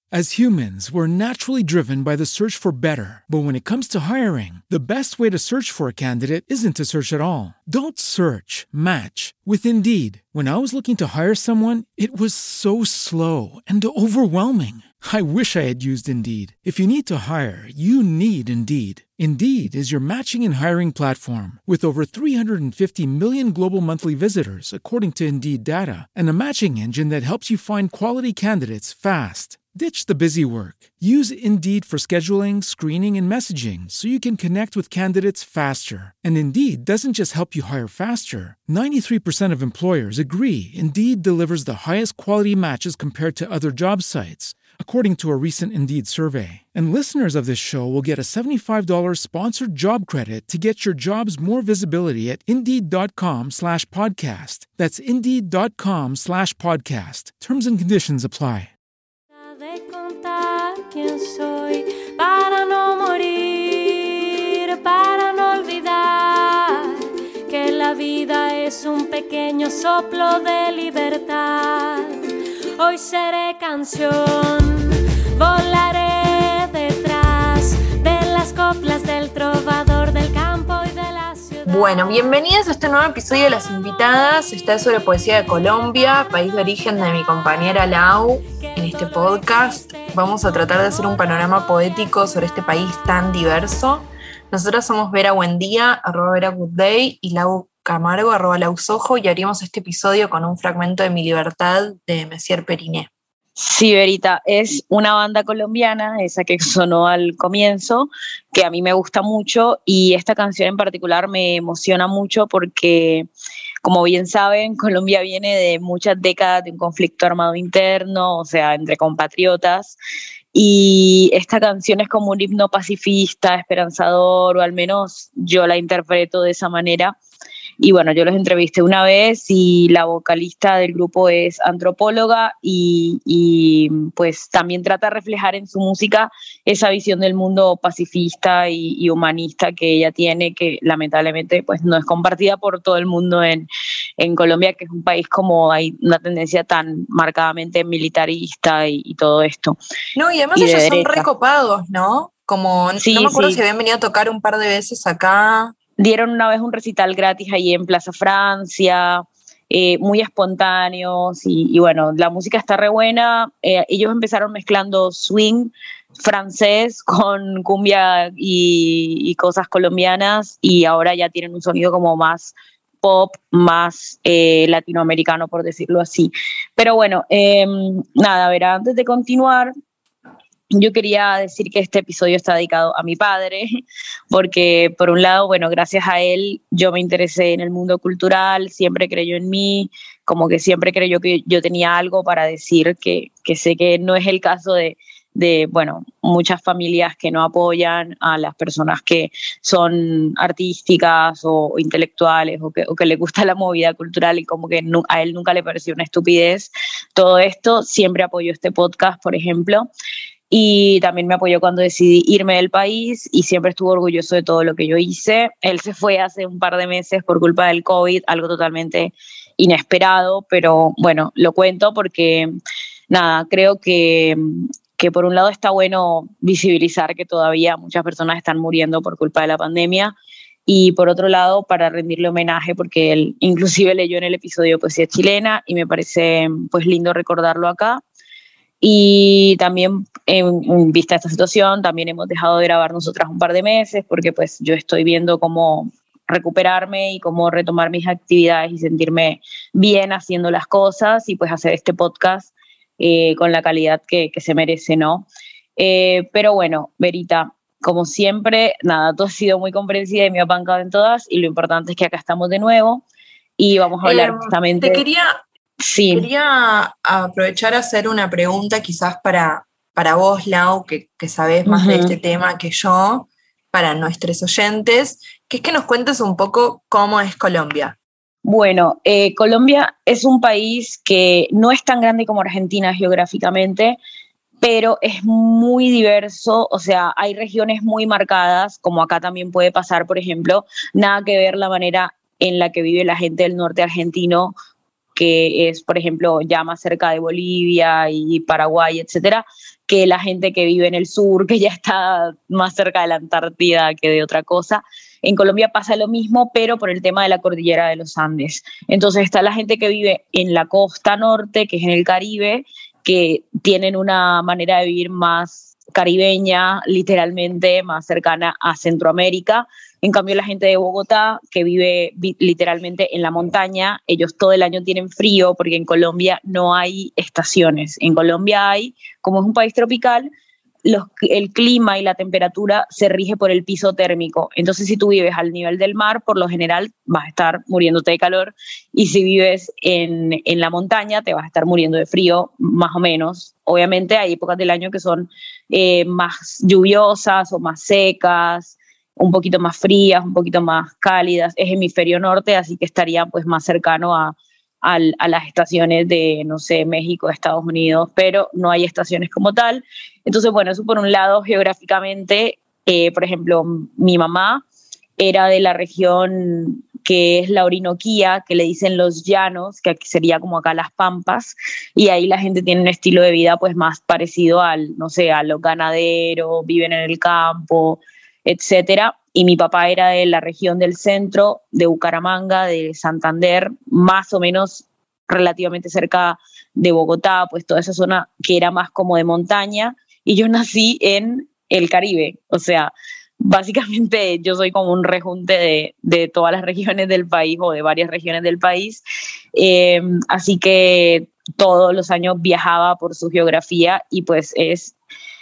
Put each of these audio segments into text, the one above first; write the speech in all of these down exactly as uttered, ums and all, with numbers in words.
As humans, we're naturally driven by the search for better. But when it comes to hiring, the best way to search for a candidate isn't to search at all. Don't search, match with Indeed. When I was looking to hire someone, it was so slow and overwhelming. I wish I had used Indeed. If you need to hire, you need Indeed. Indeed is your matching and hiring platform with over three hundred fifty million global monthly visitors, according to Indeed data, and a matching engine that helps you find quality candidates fast. Ditch the busy work. Use Indeed for scheduling, screening, and messaging so you can connect with candidates faster. And Indeed doesn't just help you hire faster. ninety-three percent of employers agree Indeed delivers the highest quality matches compared to other job sites, according to a recent Indeed survey. And listeners of this show will get a seventy-five dollars sponsored job credit to get your jobs more visibility at Indeed.com slash podcast. That's Indeed.com slash podcast. Terms and conditions apply. De contar quién soy para no morir, para no olvidar que la vida es un pequeño soplo de libertad. Hoy seré canción, volaré detrás de las coplas del trovador del campo y de la ciudad. Bueno, bienvenidas a este nuevo episodio de Las Invitadas. Está sobre poesía de Colombia, país de origen de mi compañera Lau. En este podcast vamos a tratar de hacer un panorama poético sobre este país tan diverso. Nosotras somos Vera Buendía, arroba Vera Goodday, y Lau Camargo, arroba Lau Sojo, y haríamos este episodio con un fragmento de Mi Libertad de Messier Periné. Sí, Verita, es una banda colombiana, esa que sonó al comienzo, que a mí me gusta mucho, y esta canción en particular me emociona mucho porque, como bien saben, Colombia viene de muchas décadas de un conflicto armado interno, o sea, entre compatriotas, y esta canción es como un himno pacifista, esperanzador, o al menos yo la interpreto de esa manera. Y bueno, yo los entrevisté una vez y la vocalista del grupo es antropóloga y, y pues también trata de reflejar en su música esa visión del mundo pacifista y, y humanista que ella tiene, que lamentablemente pues no es compartida por todo el mundo en, en Colombia, que es un país como hay una tendencia tan marcadamente militarista y, y todo esto. No, y además y ellos de son derecha. recopados, ¿no? Como, Sí, no me acuerdo sí. si habían venido a tocar un par de veces acá. Dieron una vez un recital gratis ahí en Plaza Francia, eh, muy espontáneos y, y bueno, la música está re buena. Eh, ellos empezaron mezclando swing francés con cumbia y, y cosas colombianas y ahora ya tienen un sonido como más pop, más eh, latinoamericano, por decirlo así. Pero bueno, eh, nada, a ver, antes de continuar, yo quería decir que este episodio está dedicado a mi padre, porque por un lado, bueno, gracias a él yo me interesé en el mundo cultural, siempre creyó en mí, como que siempre creyó que yo tenía algo para decir, que, que sé que no es el caso de, de, bueno, muchas familias que no apoyan a las personas que son artísticas o, o intelectuales o que, o que les gusta la movida cultural y como que no, a él nunca le pareció una estupidez todo esto. Siempre apoyó este podcast, por ejemplo. Y también me apoyó cuando decidí irme del país y siempre estuvo orgulloso de todo lo que yo hice. Él se fue hace un par de meses por culpa del COVID, algo totalmente inesperado, pero bueno, lo cuento porque, nada, creo que, que por un lado está bueno visibilizar que todavía muchas personas están muriendo por culpa de la pandemia y por otro lado para rendirle homenaje porque él inclusive leyó en el episodio Poesía Chilena y me parece pues lindo recordarlo acá. Y también en, en vista de esta situación también hemos dejado de grabar nosotras un par de meses porque pues yo estoy viendo cómo recuperarme y cómo retomar mis actividades y sentirme bien haciendo las cosas y pues hacer este podcast eh, con la calidad que, que se merece, ¿no? Eh, pero bueno, Verita, como siempre, nada, tú has sido muy comprensiva y me has bancado en todas y lo importante es que acá estamos de nuevo y vamos a hablar Eh, justamente... Te quería... Sí. Quería aprovechar a hacer una pregunta quizás para, para vos, Lau, que, que sabés más Uh-huh. de este tema que yo, para nuestros oyentes, que es que nos cuentes un poco cómo es Colombia. Bueno, eh, Colombia es un país que no es tan grande como Argentina geográficamente, pero es muy diverso, o sea, hay regiones muy marcadas, como acá también puede pasar, por ejemplo, nada que ver la manera en la que vive la gente del norte argentino que es, por ejemplo, ya más cerca de Bolivia y Paraguay, etcétera, que la gente que vive en el sur, que ya está más cerca de la Antártida que de otra cosa. En Colombia pasa lo mismo, pero por el tema de la cordillera de los Andes. Entonces está la gente que vive en la costa norte, que es en el Caribe, que tienen una manera de vivir más caribeña, literalmente más cercana a Centroamérica. En cambio, la gente de Bogotá, que vive vi- literalmente en la montaña, ellos todo el año tienen frío porque en Colombia no hay estaciones. En Colombia hay, como es un país tropical, los, el clima y la temperatura se rige por el piso térmico. Entonces, si tú vives al nivel del mar, por lo general vas a estar muriéndote de calor, y si vives en, en la montaña, te vas a estar muriendo de frío, más o menos. Obviamente hay épocas del año que son eh, más lluviosas o más secas, un poquito más frías, un poquito más cálidas. Es hemisferio norte, así que estaría pues más cercano a, a, a las estaciones de, no sé, México, Estados Unidos, pero no hay estaciones como tal. Entonces, bueno, eso por un lado, geográficamente, eh, por ejemplo, mi mamá era de la región que es la Orinoquía, que le dicen los llanos, que aquí sería como acá las Pampas, y ahí la gente tiene un estilo de vida pues más parecido al, no sé, a los ganaderos, viven en el campo, etcétera. Y mi papá era de la región del centro, de Bucaramanga, de Santander, más o menos relativamente cerca de Bogotá, pues toda esa zona que era más como de montaña, y yo nací en el Caribe. O sea, básicamente yo soy como un rejunte de, de todas las regiones del país, o de varias regiones del país, eh, así que todos los años viajaba por su geografía, y pues es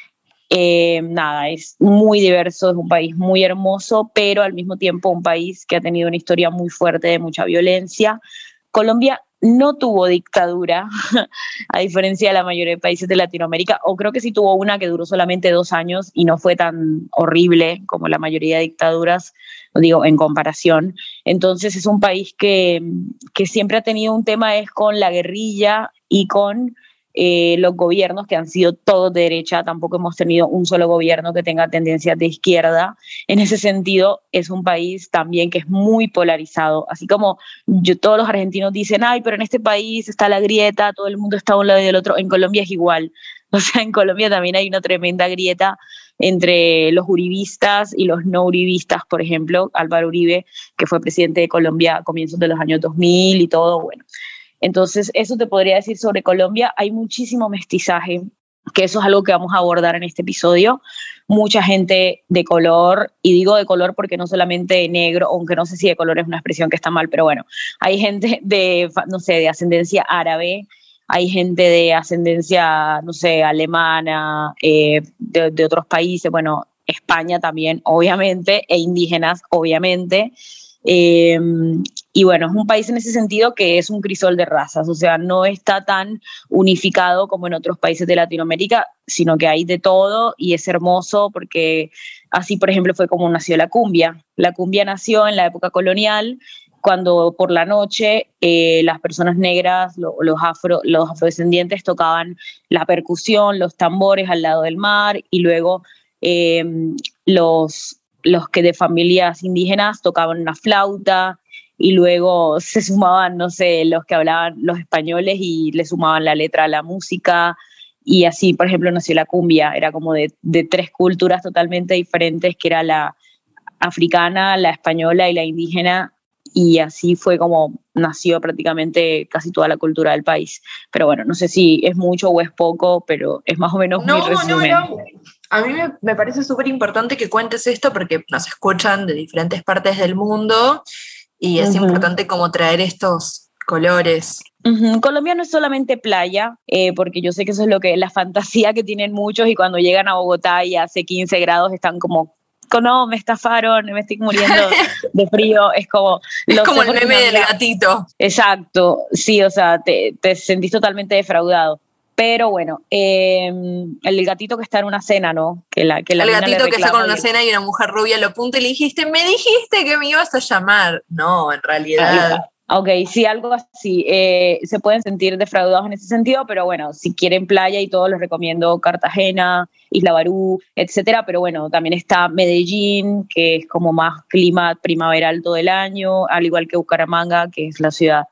Eh, nada, es muy diverso, es un país muy hermoso, pero al mismo tiempo un país que ha tenido una historia muy fuerte de mucha violencia. Colombia no tuvo dictadura, a diferencia de la mayoría de países de Latinoamérica, o creo que sí tuvo una que duró solamente dos años y no fue tan horrible como la mayoría de dictaduras, digo, en comparación. Entonces es un país que, que siempre ha tenido un tema es con la guerrilla y con Eh, los gobiernos que han sido todos de derecha. Tampoco hemos tenido un solo gobierno que tenga tendencias de izquierda. En ese sentido, es un país también que es muy polarizado. Así como yo, todos los argentinos dicen, ay, pero en este país está la grieta, todo el mundo está a un lado y del otro. En Colombia es igual. O sea, en Colombia también hay una tremenda grieta entre los uribistas y los no uribistas. Por ejemplo, Álvaro Uribe, que fue presidente de Colombia a comienzos de los años dos mil y todo, bueno. Entonces, eso te podría decir sobre Colombia. Hay muchísimo mestizaje, que eso es algo que vamos a abordar en este episodio. Mucha gente de color, y digo de color porque no solamente negro, aunque no sé si de color es una expresión que está mal, pero bueno, hay gente de, no sé, de ascendencia árabe, hay gente de ascendencia, no sé, alemana, eh, de, de otros países, bueno, España también, obviamente, e indígenas, obviamente. Eh, y bueno, es un país en ese sentido que es un crisol de razas, o sea, no está tan unificado como en otros países de Latinoamérica, sino que hay de todo, y es hermoso porque así, por ejemplo, fue como nació la cumbia. La cumbia nació en la época colonial, cuando por la noche eh, las personas negras, lo, los, afro, los afrodescendientes tocaban la percusión, los tambores al lado del mar, y luego eh, los los que de familias indígenas tocaban una flauta, y luego se sumaban, no sé, los que hablaban los españoles y le sumaban la letra a la música, y así, por ejemplo, nació la cumbia. Era como de, de tres culturas totalmente diferentes, que era la africana, la española y la indígena, y así fue como nació prácticamente casi toda la cultura del país. Pero bueno, no sé si es mucho o es poco, pero es más o menos no, mi resumen. No, no. A mí me, me parece súper importante que cuentes esto porque nos escuchan de diferentes partes del mundo, y es uh-huh. importante como traer estos colores. Uh-huh. Colombia no es solamente playa, eh, porque yo sé que eso es lo que la fantasía que tienen muchos, y cuando llegan a Bogotá y hace quince grados están como, no, me estafaron, me estoy muriendo de frío. Es como, es como el meme del gatito. Exacto, sí, o sea, te, te sentís totalmente defraudado. Pero bueno, eh, el gatito que está en una cena, ¿no? Que la, que la el gatito que está con una cena y una mujer rubia lo apunta y le dijiste, me dijiste que me ibas a llamar. No, en realidad. Ok, sí, algo así. Eh, se pueden sentir defraudados en ese sentido, pero bueno, si quieren playa y todo, les recomiendo Cartagena, Isla Barú, etcétera. Pero bueno, también está Medellín, que es como más clima primaveral todo el año, al igual que Bucaramanga, que es la ciudad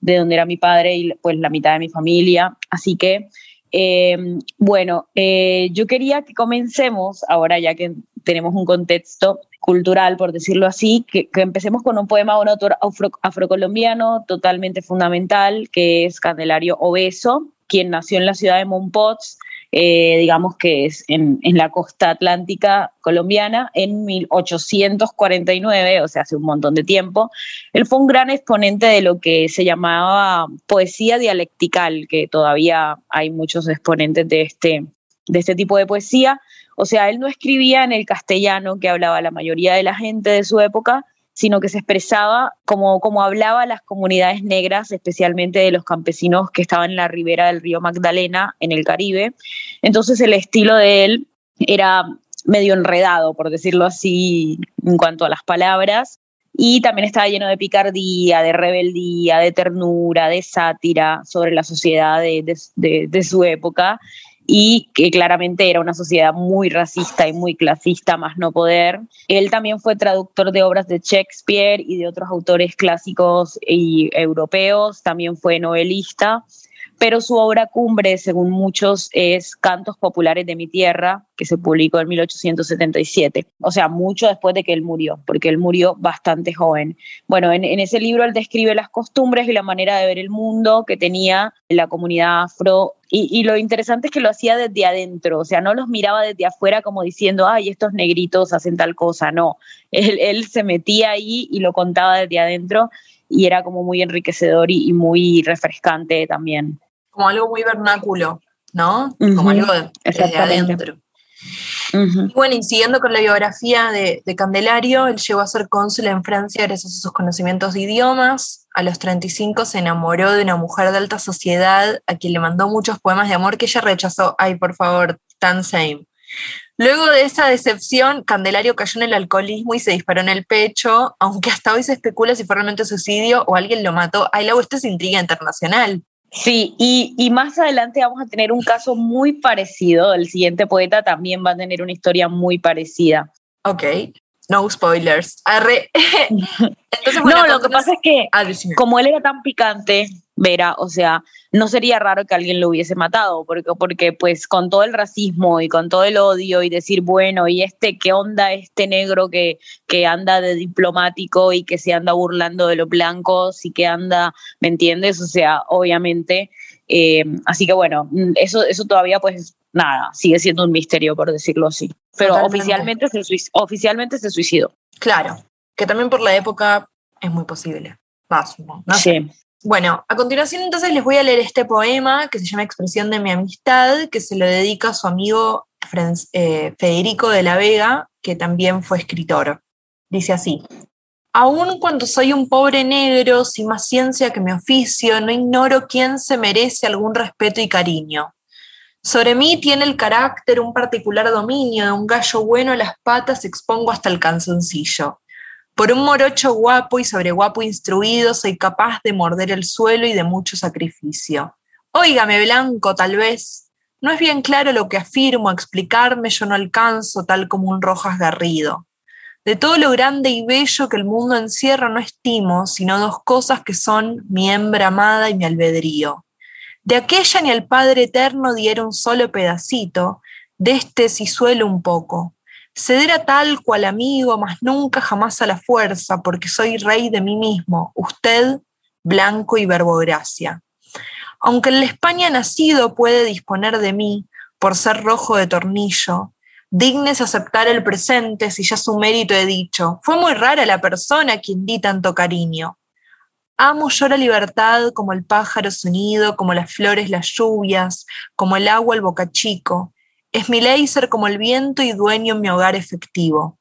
de donde era mi padre y pues la mitad de mi familia. Así que, eh, bueno, eh, yo quería que comencemos, ahora ya que tenemos un contexto cultural, por decirlo así, que, que empecemos con un poema de un autor afro, afrocolombiano totalmente fundamental, que es Candelario Obeso, quien nació en la ciudad de Mompox, eh, digamos que es en, en la costa atlántica colombiana, en mil ochocientos cuarenta y nueve, o sea, hace un montón de tiempo. Él fue un gran exponente de lo que se llamaba poesía dialectical, que todavía hay muchos exponentes de este, de este tipo de poesía. O sea, él no escribía en el castellano que hablaba la mayoría de la gente de su época, sino que se expresaba como, como hablaba las comunidades negras, especialmente de los campesinos que estaban en la ribera del río Magdalena, en el Caribe. Entonces el estilo de él era medio enredado, por decirlo así, en cuanto a las palabras, y también estaba lleno de picardía, de rebeldía, de ternura, de sátira sobre la sociedad de, de, de, de su época, y que claramente era una sociedad muy racista y muy clasista, más no poder. Él también fue traductor de obras de Shakespeare y de otros autores clásicos y europeos, también fue novelista, pero su obra cumbre, según muchos, es Cantos Populares de mi Tierra, que se publicó en mil ochocientos setenta y siete, o sea, mucho después de que él murió, porque él murió bastante joven. Bueno, en, en ese libro él describe las costumbres y la manera de ver el mundo que tenía la comunidad afro, y, y lo interesante es que lo hacía desde adentro, o sea, no los miraba desde afuera como diciendo, ay, estos negritos hacen tal cosa, no, él, él se metía ahí y lo contaba desde adentro, y era como muy enriquecedor y, y muy refrescante también. Como algo muy vernáculo, ¿no? Uh-huh. Como algo de, desde adentro. Uh-huh. Y bueno, y siguiendo con la biografía de, de Candelario, él llegó a ser cónsul en Francia gracias a sus conocimientos de idiomas. A los treinta y cinco se enamoró de una mujer de alta sociedad a quien le mandó muchos poemas de amor que ella rechazó. Ay, por favor, tan same. Luego de esa decepción, Candelario cayó en el alcoholismo y se disparó en el pecho, aunque hasta hoy se especula si fue realmente suicidio o alguien lo mató. Ay, Lau, esto es intriga internacional. Sí, y, y más adelante vamos a tener un caso muy parecido. El siguiente poeta también va a tener una historia muy parecida. Ok, no spoilers. Arre. Entonces, bueno, no, lo que pasa es que ah, como él era tan picante, Vera, o sea, no sería raro que alguien lo hubiese matado, porque, porque pues con todo el racismo y con todo el odio y decir, bueno, y este, ¿qué onda este negro que, que anda de diplomático y que se anda burlando de los blancos y que anda, ¿me entiendes? O sea, obviamente, eh, así que bueno, eso, eso todavía pues nada, sigue siendo un misterio, por decirlo así. Pero oficialmente se, oficialmente se suicidó. Claro, que también por la época es muy posible. Más, no, no sé. Sí. Bueno, a continuación entonces les voy a leer este poema que se llama Expresión de mi amistad, que se lo dedica a su amigo Federico de la Vega, que también fue escritor. Dice así: aun cuando soy un pobre negro, sin más ciencia que mi oficio, no ignoro quién se merece algún respeto y cariño. Sobre mí tiene el carácter un particular dominio, de un gallo bueno a las patas expongo hasta el canzoncillo. Por un morocho guapo y sobre guapo instruido, soy capaz de morder el suelo y de mucho sacrificio. Óigame, blanco, tal vez. No es bien claro lo que afirmo, a explicarme yo no alcanzo, tal como un Rojas Garrido. De todo lo grande y bello que el mundo encierra no estimo, sino dos cosas que son mi hembra amada y mi albedrío. De aquella ni al Padre Eterno diera un solo pedacito, de este sí suelo un poco. Ceder a tal cual amigo, mas nunca jamás a la fuerza, porque soy rey de mí mismo, usted, blanco y verbogracia. Aunque en la España nacido puede disponer de mí, por ser rojo de tornillo, dignes aceptar el presente si ya su mérito he dicho. Fue muy rara la persona a quien di tanto cariño. Amo yo la libertad como el pájaro su nido, como las flores las lluvias, como el agua el bocachico. Es mi ley ser como el viento y dueño en mi hogar efectivo.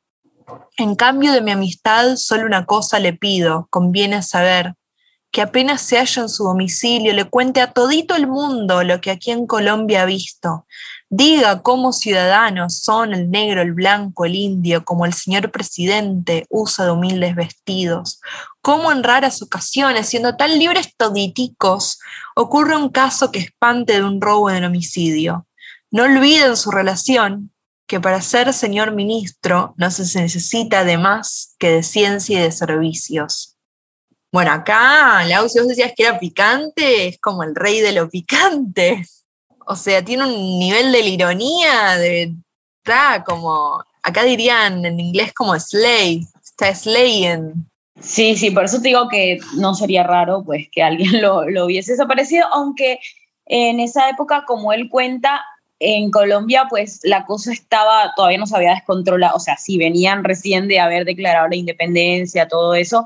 En cambio de mi amistad, solo una cosa le pido, conviene saber, que apenas se halla en su domicilio, le cuente a todito el mundo lo que aquí en Colombia ha visto. Diga cómo ciudadanos son el negro, el blanco, el indio, como el señor presidente usa de humildes vestidos. Cómo en raras ocasiones, siendo tan libres toditicos, ocurre un caso que espante de un robo y de un homicidio. No olviden su relación, que para ser señor ministro no se necesita de más que de ciencia y de servicios. Bueno, acá, Lau, si vos decías que era picante, es como el rey de lo picante. O sea, tiene un nivel de la ironía, de, está como, acá dirían en inglés como slay, está slaying. Sí, sí, por eso te digo que no sería raro pues que alguien lo, lo hubiese desaparecido, aunque en esa época, como él cuenta, en Colombia pues la cosa estaba, todavía no se había descontrolado, o sea, sí venían recién de haber declarado la independencia, todo eso,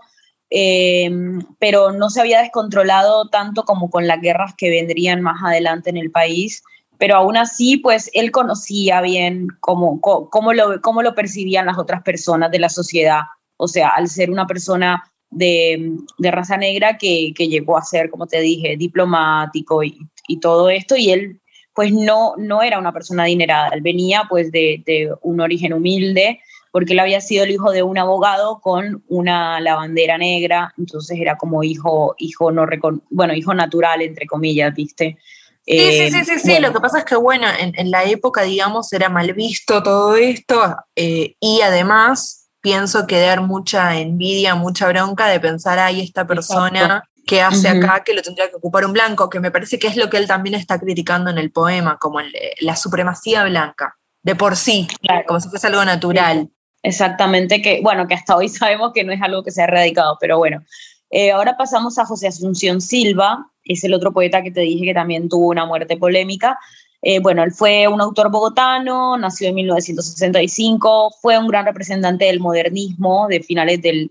eh, pero no se había descontrolado tanto como con las guerras que vendrían más adelante en el país, pero aún así pues él conocía bien cómo, cómo, cómo, lo, cómo lo percibían las otras personas de la sociedad, o sea, al ser una persona de, de raza negra que, que llegó a ser, como te dije, diplomático y, y todo esto, y él pues no, no era una persona adinerada, él venía pues de, de un origen humilde, porque él había sido el hijo de un abogado con una lavandera negra, entonces era como hijo, hijo no recon- bueno, hijo natural, entre comillas, ¿viste? Sí, Eh, sí, sí, sí, sí, bueno, lo que pasa es que, bueno, en, en la época, digamos, era mal visto todo esto, eh, y además pienso que dar mucha envidia, mucha bronca de pensar, ay, esta persona exacto. que hace Uh-huh. acá que lo tendría que ocupar un blanco, que me parece que es lo que él también está criticando en el poema, como el- la supremacía blanca, de por sí, Claro. como si fuese algo Sí, natural. exactamente, que bueno, que hasta hoy sabemos que no es algo que se ha erradicado, pero bueno. Eh, ahora pasamos a José Asunción Silva, es el otro poeta que te dije que también tuvo una muerte polémica. Eh, bueno, él fue un autor bogotano, nació en mil novecientos sesenta y cinco, fue un gran representante del modernismo de finales del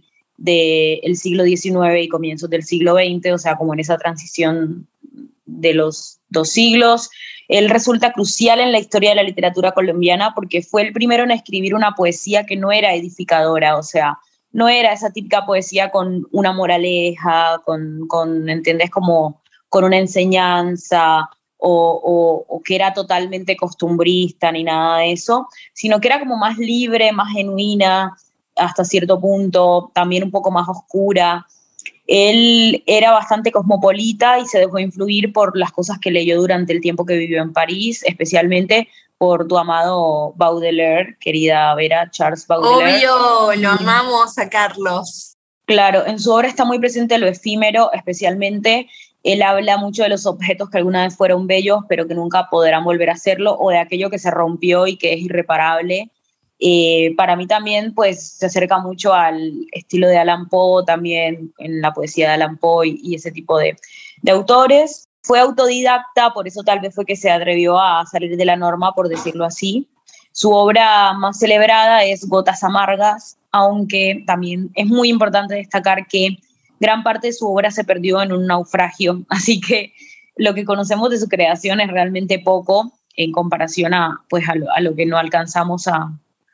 de el siglo diecinueve y comienzos del siglo veinte, o sea, como en esa transición de los dos siglos. Él resulta crucial en la historia de la literatura colombiana porque fue el primero en escribir una poesía que no era edificadora, o sea, no era esa típica poesía con una moraleja, con, con ¿entendés? Como con una enseñanza o, o, o que era totalmente costumbrista ni nada de eso, sino que era como más libre, más genuina hasta cierto punto, también un poco más oscura. Él era bastante cosmopolita y se dejó influir por las cosas que leyó durante el tiempo que vivió en París, especialmente por tu amado Baudelaire, querida Vera, Charles Baudelaire. Obvio, lo Y, amamos a Carlos. claro, en su obra está muy presente lo efímero, especialmente él habla mucho de los objetos que alguna vez fueron bellos, pero que nunca podrán volver a serlo, o de aquello que se rompió y que es irreparable. Eh, para mí también pues se acerca mucho al estilo de Allan Poe, también en la poesía de Allan Poe y, y ese tipo de, de autores. Fue autodidacta, por eso tal vez fue que se atrevió a salir de la norma, por decirlo así. Su obra más celebrada es Gotas Amargas, aunque también es muy importante destacar que gran parte de su obra se perdió en un naufragio, así que lo que conocemos de su creación es realmente poco en comparación a, pues, a, lo, a lo que no alcanzamos a,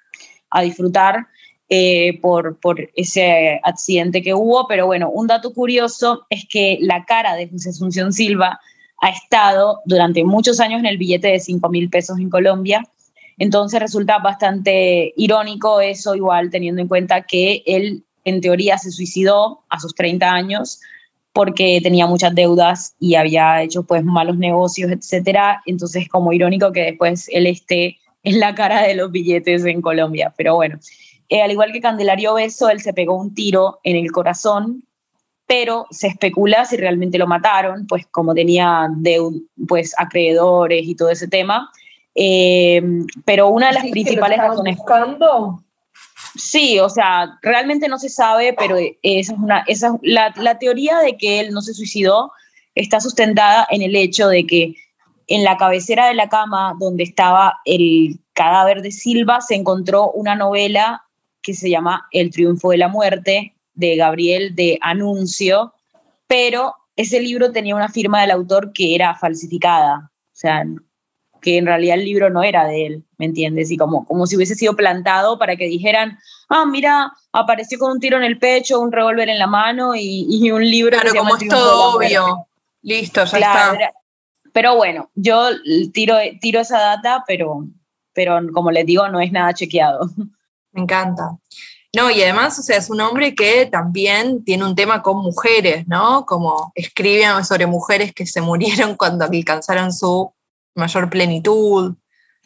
a disfrutar eh, por, por ese accidente que hubo. Pero bueno, un dato curioso es que la cara de José Asunción Silva ha estado durante muchos años en el billete de cinco mil pesos en Colombia. Entonces resulta bastante irónico eso, igual teniendo en cuenta que él en teoría se suicidó a sus treinta años porque tenía muchas deudas y había hecho pues malos negocios, etcétera. Entonces como irónico que después él esté en la cara de los billetes en Colombia. Pero bueno, eh, al igual que Candelario Beso, él se pegó un tiro en el corazón, pero se especula si realmente lo mataron, pues como tenía deud- pues, acreedores y todo ese tema. Eh, pero una de las principales razones... buscando? Sí, o sea, realmente no se sabe, pero esa es una, esa es la, la teoría de que él no se suicidó está sustentada en el hecho de que en la cabecera de la cama donde estaba el cadáver de Silva se encontró una novela que se llama El triunfo de la muerte, de Gabriel de Anuncio, pero ese libro tenía una firma del autor que era falsificada, o sea, que en realidad el libro no era de él, ¿me entiendes? Y como, como si hubiese sido plantado para que dijeran, ah, mira, apareció con un tiro en el pecho, un revólver en la mano y, y un libro Claro, que se llama como El es triunfo de la todo muerte. obvio. Listo, ya Claro, está. era, pero bueno, yo tiro, tiro esa data, pero, pero como les digo, no es nada chequeado. Me encanta. No, y además, o sea, es un hombre que también tiene un tema con mujeres, ¿no? Como escriben sobre mujeres que se murieron cuando alcanzaron su mayor plenitud,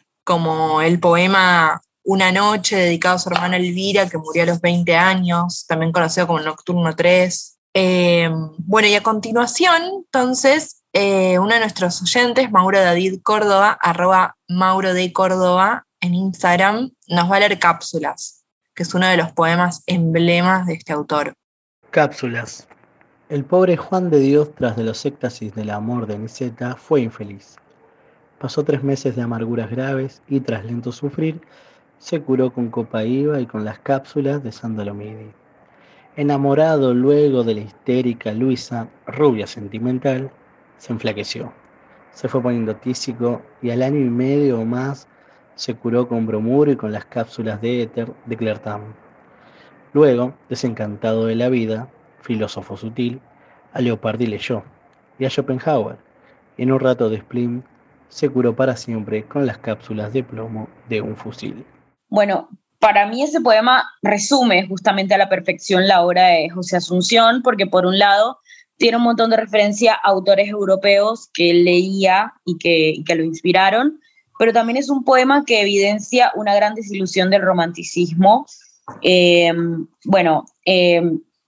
como el poema Una noche dedicado a su hermana Elvira, que murió a los veinte años, también conocido como Nocturno tres. Eh, bueno, y a continuación, entonces, eh, uno de nuestros oyentes, Mauro David Córdoba, arroba Mauro de Córdoba en Instagram, nos va a leer Cápsulas, que es uno de los poemas emblemas de este autor. Cápsulas. El pobre Juan de Dios, tras de los éxtasis del amor de Nicetas, fue infeliz. Pasó tres meses de amarguras graves y, tras lento sufrir, se curó con copaíba y con las cápsulas de sándalo midi. Enamorado luego de la histérica Luisa, rubia sentimental, se enflaqueció. Se fue poniendo tísico y al año y medio o más se curó con bromuro y con las cápsulas de éter de Clertam. Luego, desencantado de la vida, filósofo sutil, a Leopardi leyó, y a Schopenhauer, y en un rato de spleen se curó para siempre con las cápsulas de plomo de un fusil. Bueno, para mí ese poema resume justamente a la perfección la obra de José Asunción, porque por un lado tiene un montón de referencia a autores europeos que él leía y que, y que lo inspiraron, pero también es un poema que evidencia una gran desilusión del romanticismo. Eh, bueno, eh,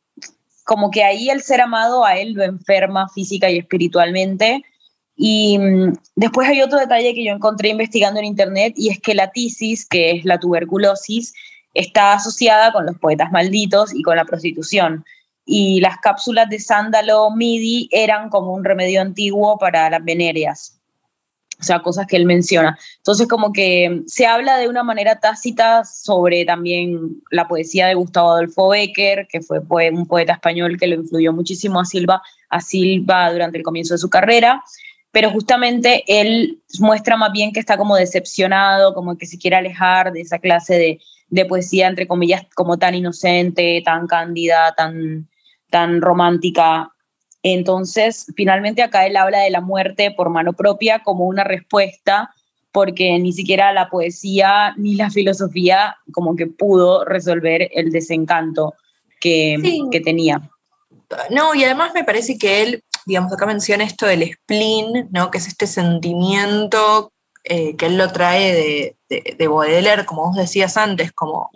como que ahí el ser amado a él lo enferma física y espiritualmente. Y um, después hay otro detalle que yo encontré investigando en internet, y es que la tisis, que es la tuberculosis, está asociada con los poetas malditos y con la prostitución. Y las cápsulas de sándalo midi eran como un remedio antiguo para las venéreas. O sea, cosas que él menciona. Entonces, como que se habla de una manera tácita sobre también la poesía de Gustavo Adolfo Bécquer, que fue un poeta español que lo influyó muchísimo a Silva, a Silva durante el comienzo de su carrera. Pero justamente él muestra más bien que está como decepcionado, como que se quiere alejar de esa clase de, de poesía, entre comillas, como tan inocente, tan cándida, tan, tan romántica. Entonces, finalmente acá él habla de la muerte por mano propia como una respuesta, porque ni siquiera la poesía ni la filosofía como que pudo resolver el desencanto que, sí. que tenía. No, y además me parece que él, digamos, acá menciona esto del spleen, ¿no? Que es este sentimiento eh, que él lo trae de, de, de Baudelaire, como vos decías antes, como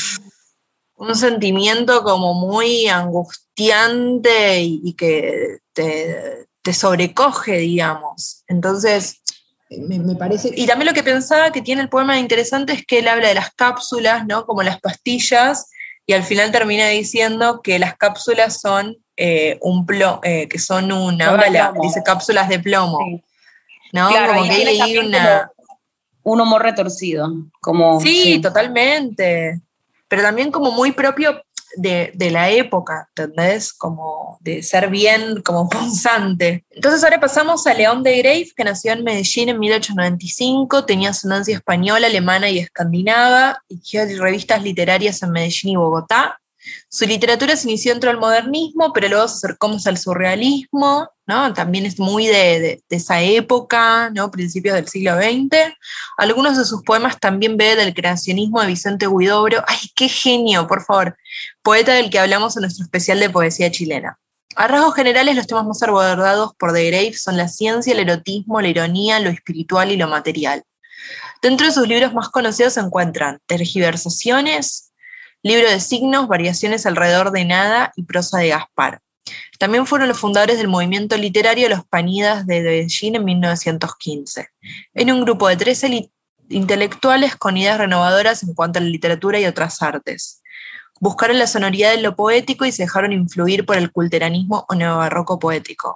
un sentimiento como muy angustiante y, y que te, te sobrecoge, digamos. Entonces, me, me parece... Y también lo que pensaba que tiene el poema interesante es que él habla de las cápsulas, ¿no? Como las pastillas, y al final termina diciendo que las cápsulas son eh, un plo, eh, que son una son bala, dice cápsulas de plomo. Sí. ¿No? Claro, como que tiene leí una... un humor retorcido. Como, sí, sí, totalmente. Pero también como muy propio de, de la época, ¿entendés? Como de ser bien, como punzante. Entonces ahora pasamos a León de Greiff, que nació en Medellín en mil ochocientos noventa y cinco, tenía ascendencia española, alemana y escandinava, dirigió revistas literarias en Medellín y Bogotá. Su literatura se inició dentro del modernismo, pero luego se acercó más al surrealismo, ¿no? También es muy de, de, de esa época, ¿no? Principios del siglo veinte. Algunos de sus poemas también beben del creacionismo de Vicente Huidobro. ¡Ay, qué genio, por favor! Poeta del que hablamos en nuestro especial de poesía chilena. A rasgos generales, los temas más abordados por de Greiff son la ciencia, el erotismo, la ironía, lo espiritual y lo material. Dentro de sus libros más conocidos se encuentran Tergiversaciones, Libro de signos, variaciones alrededor de nada y prosa de Gaspar. También fueron los fundadores del movimiento literario Los Panidas de Medellín en mil novecientos quince. En un grupo de trece li- intelectuales con ideas renovadoras en cuanto a la literatura y otras artes. Buscaron la sonoridad de lo poético y se dejaron influir por el culteranismo o neobarroco poético.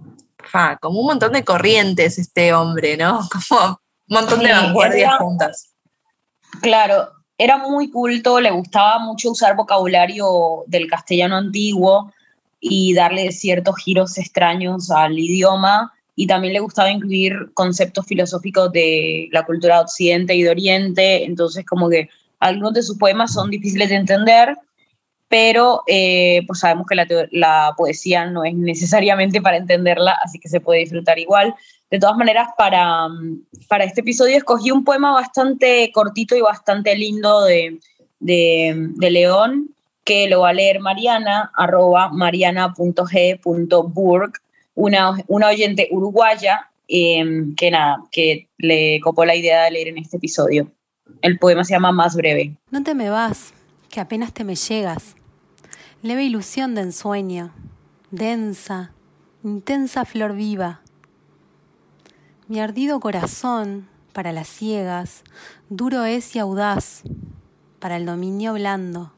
Fa, como un montón de corrientes este hombre, ¿no? Como un montón de vanguardias era, juntas. Claro. Era muy culto, le gustaba mucho usar vocabulario del castellano antiguo y darle ciertos giros extraños al idioma, y también le gustaba incluir conceptos filosóficos de la cultura de Occidente y de Oriente. Entonces como que algunos de sus poemas son difíciles de entender, pero eh, pues sabemos que la, la poesía no es necesariamente para entenderla, así que se puede disfrutar igual. De todas maneras, para, para este episodio escogí un poema bastante cortito y bastante lindo de, de, de León, que lo va a leer Mariana, arroba mariana punto g punto burg, una, una oyente uruguaya eh, que nada, que le copó la idea de leer en este episodio. El poema se llama Más breve. No te me vas, que apenas te me llegas. Leve ilusión de ensueño, densa, intensa flor viva. Mi ardido corazón, para las ciegas, duro es y audaz, para el dominio blando.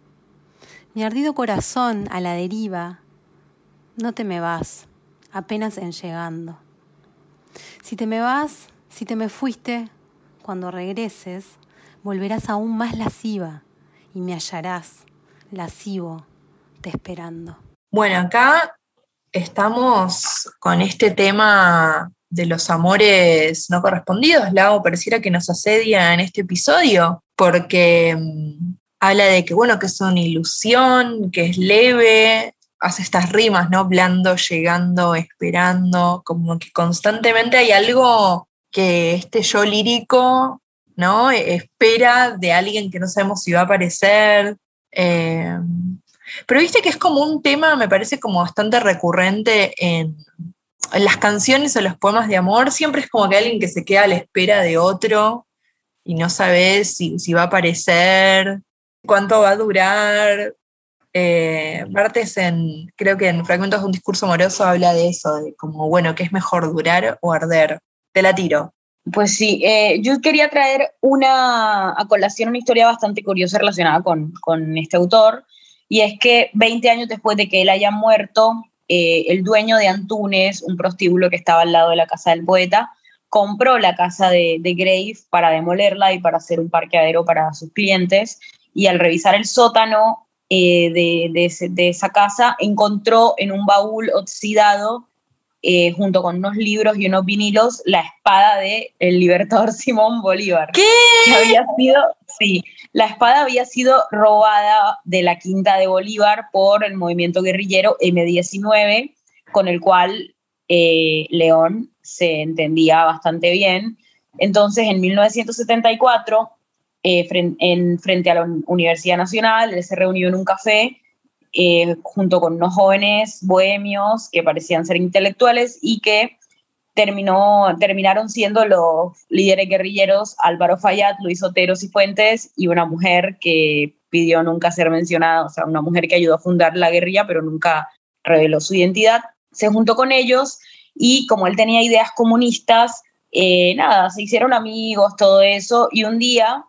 Mi ardido corazón a la deriva, no te me vas, apenas en llegando. Si te me vas, si te me fuiste, cuando regreses, volverás aún más lasciva y me hallarás, lascivo, te esperando. Bueno, acá estamos con este tema de los amores no correspondidos. Lau, pareciera que nos asedia en este episodio, porque um, habla de que, bueno, que es una ilusión, que es leve, hace estas rimas, ¿no? Blando, llegando, esperando, como que constantemente hay algo que este yo lírico, ¿no? Espera de alguien que no sabemos si va a aparecer. Eh, pero viste que es como un tema, me parece como bastante recurrente en, en las canciones o los poemas de amor. Siempre es como que hay alguien que se queda a la espera de otro y no sabe si, si va a aparecer, cuánto va a durar. Eh, Barthes, en, creo que en Fragmentos de un discurso amoroso, habla de eso, de como, bueno, ¿qué es mejor, durar o arder? Te la tiro. Pues sí, eh, yo quería traer una, a colación una historia bastante curiosa relacionada con, con este autor, y es que veinte años después de que él haya muerto, eh, el dueño de Antunes, un prostíbulo que estaba al lado de la casa del poeta, compró la casa de, de Grave para demolerla y para hacer un parqueadero para sus clientes, y al revisar el sótano eh, de, de, ese, de esa casa, encontró en un baúl oxidado, Eh, junto con unos libros y unos vinilos, la espada del libertador Simón Bolívar. ¿Qué? Que había sido, sí, la espada había sido robada de la quinta de Bolívar por el movimiento guerrillero eme diecinueve, con el cual eh, León se entendía bastante bien. Entonces, en mil novecientos setenta y cuatro, eh, frente, en, frente a la Universidad Nacional, él se reunió en un café Eh, junto con unos jóvenes bohemios que parecían ser intelectuales y que terminó, terminaron siendo los líderes guerrilleros Álvaro Fayad, Luis Otero Cifuentes y una mujer que pidió nunca ser mencionada, o sea, una mujer que ayudó a fundar la guerrilla pero nunca reveló su identidad. Se juntó con ellos y como él tenía ideas comunistas, eh, nada, se hicieron amigos, todo eso, y un día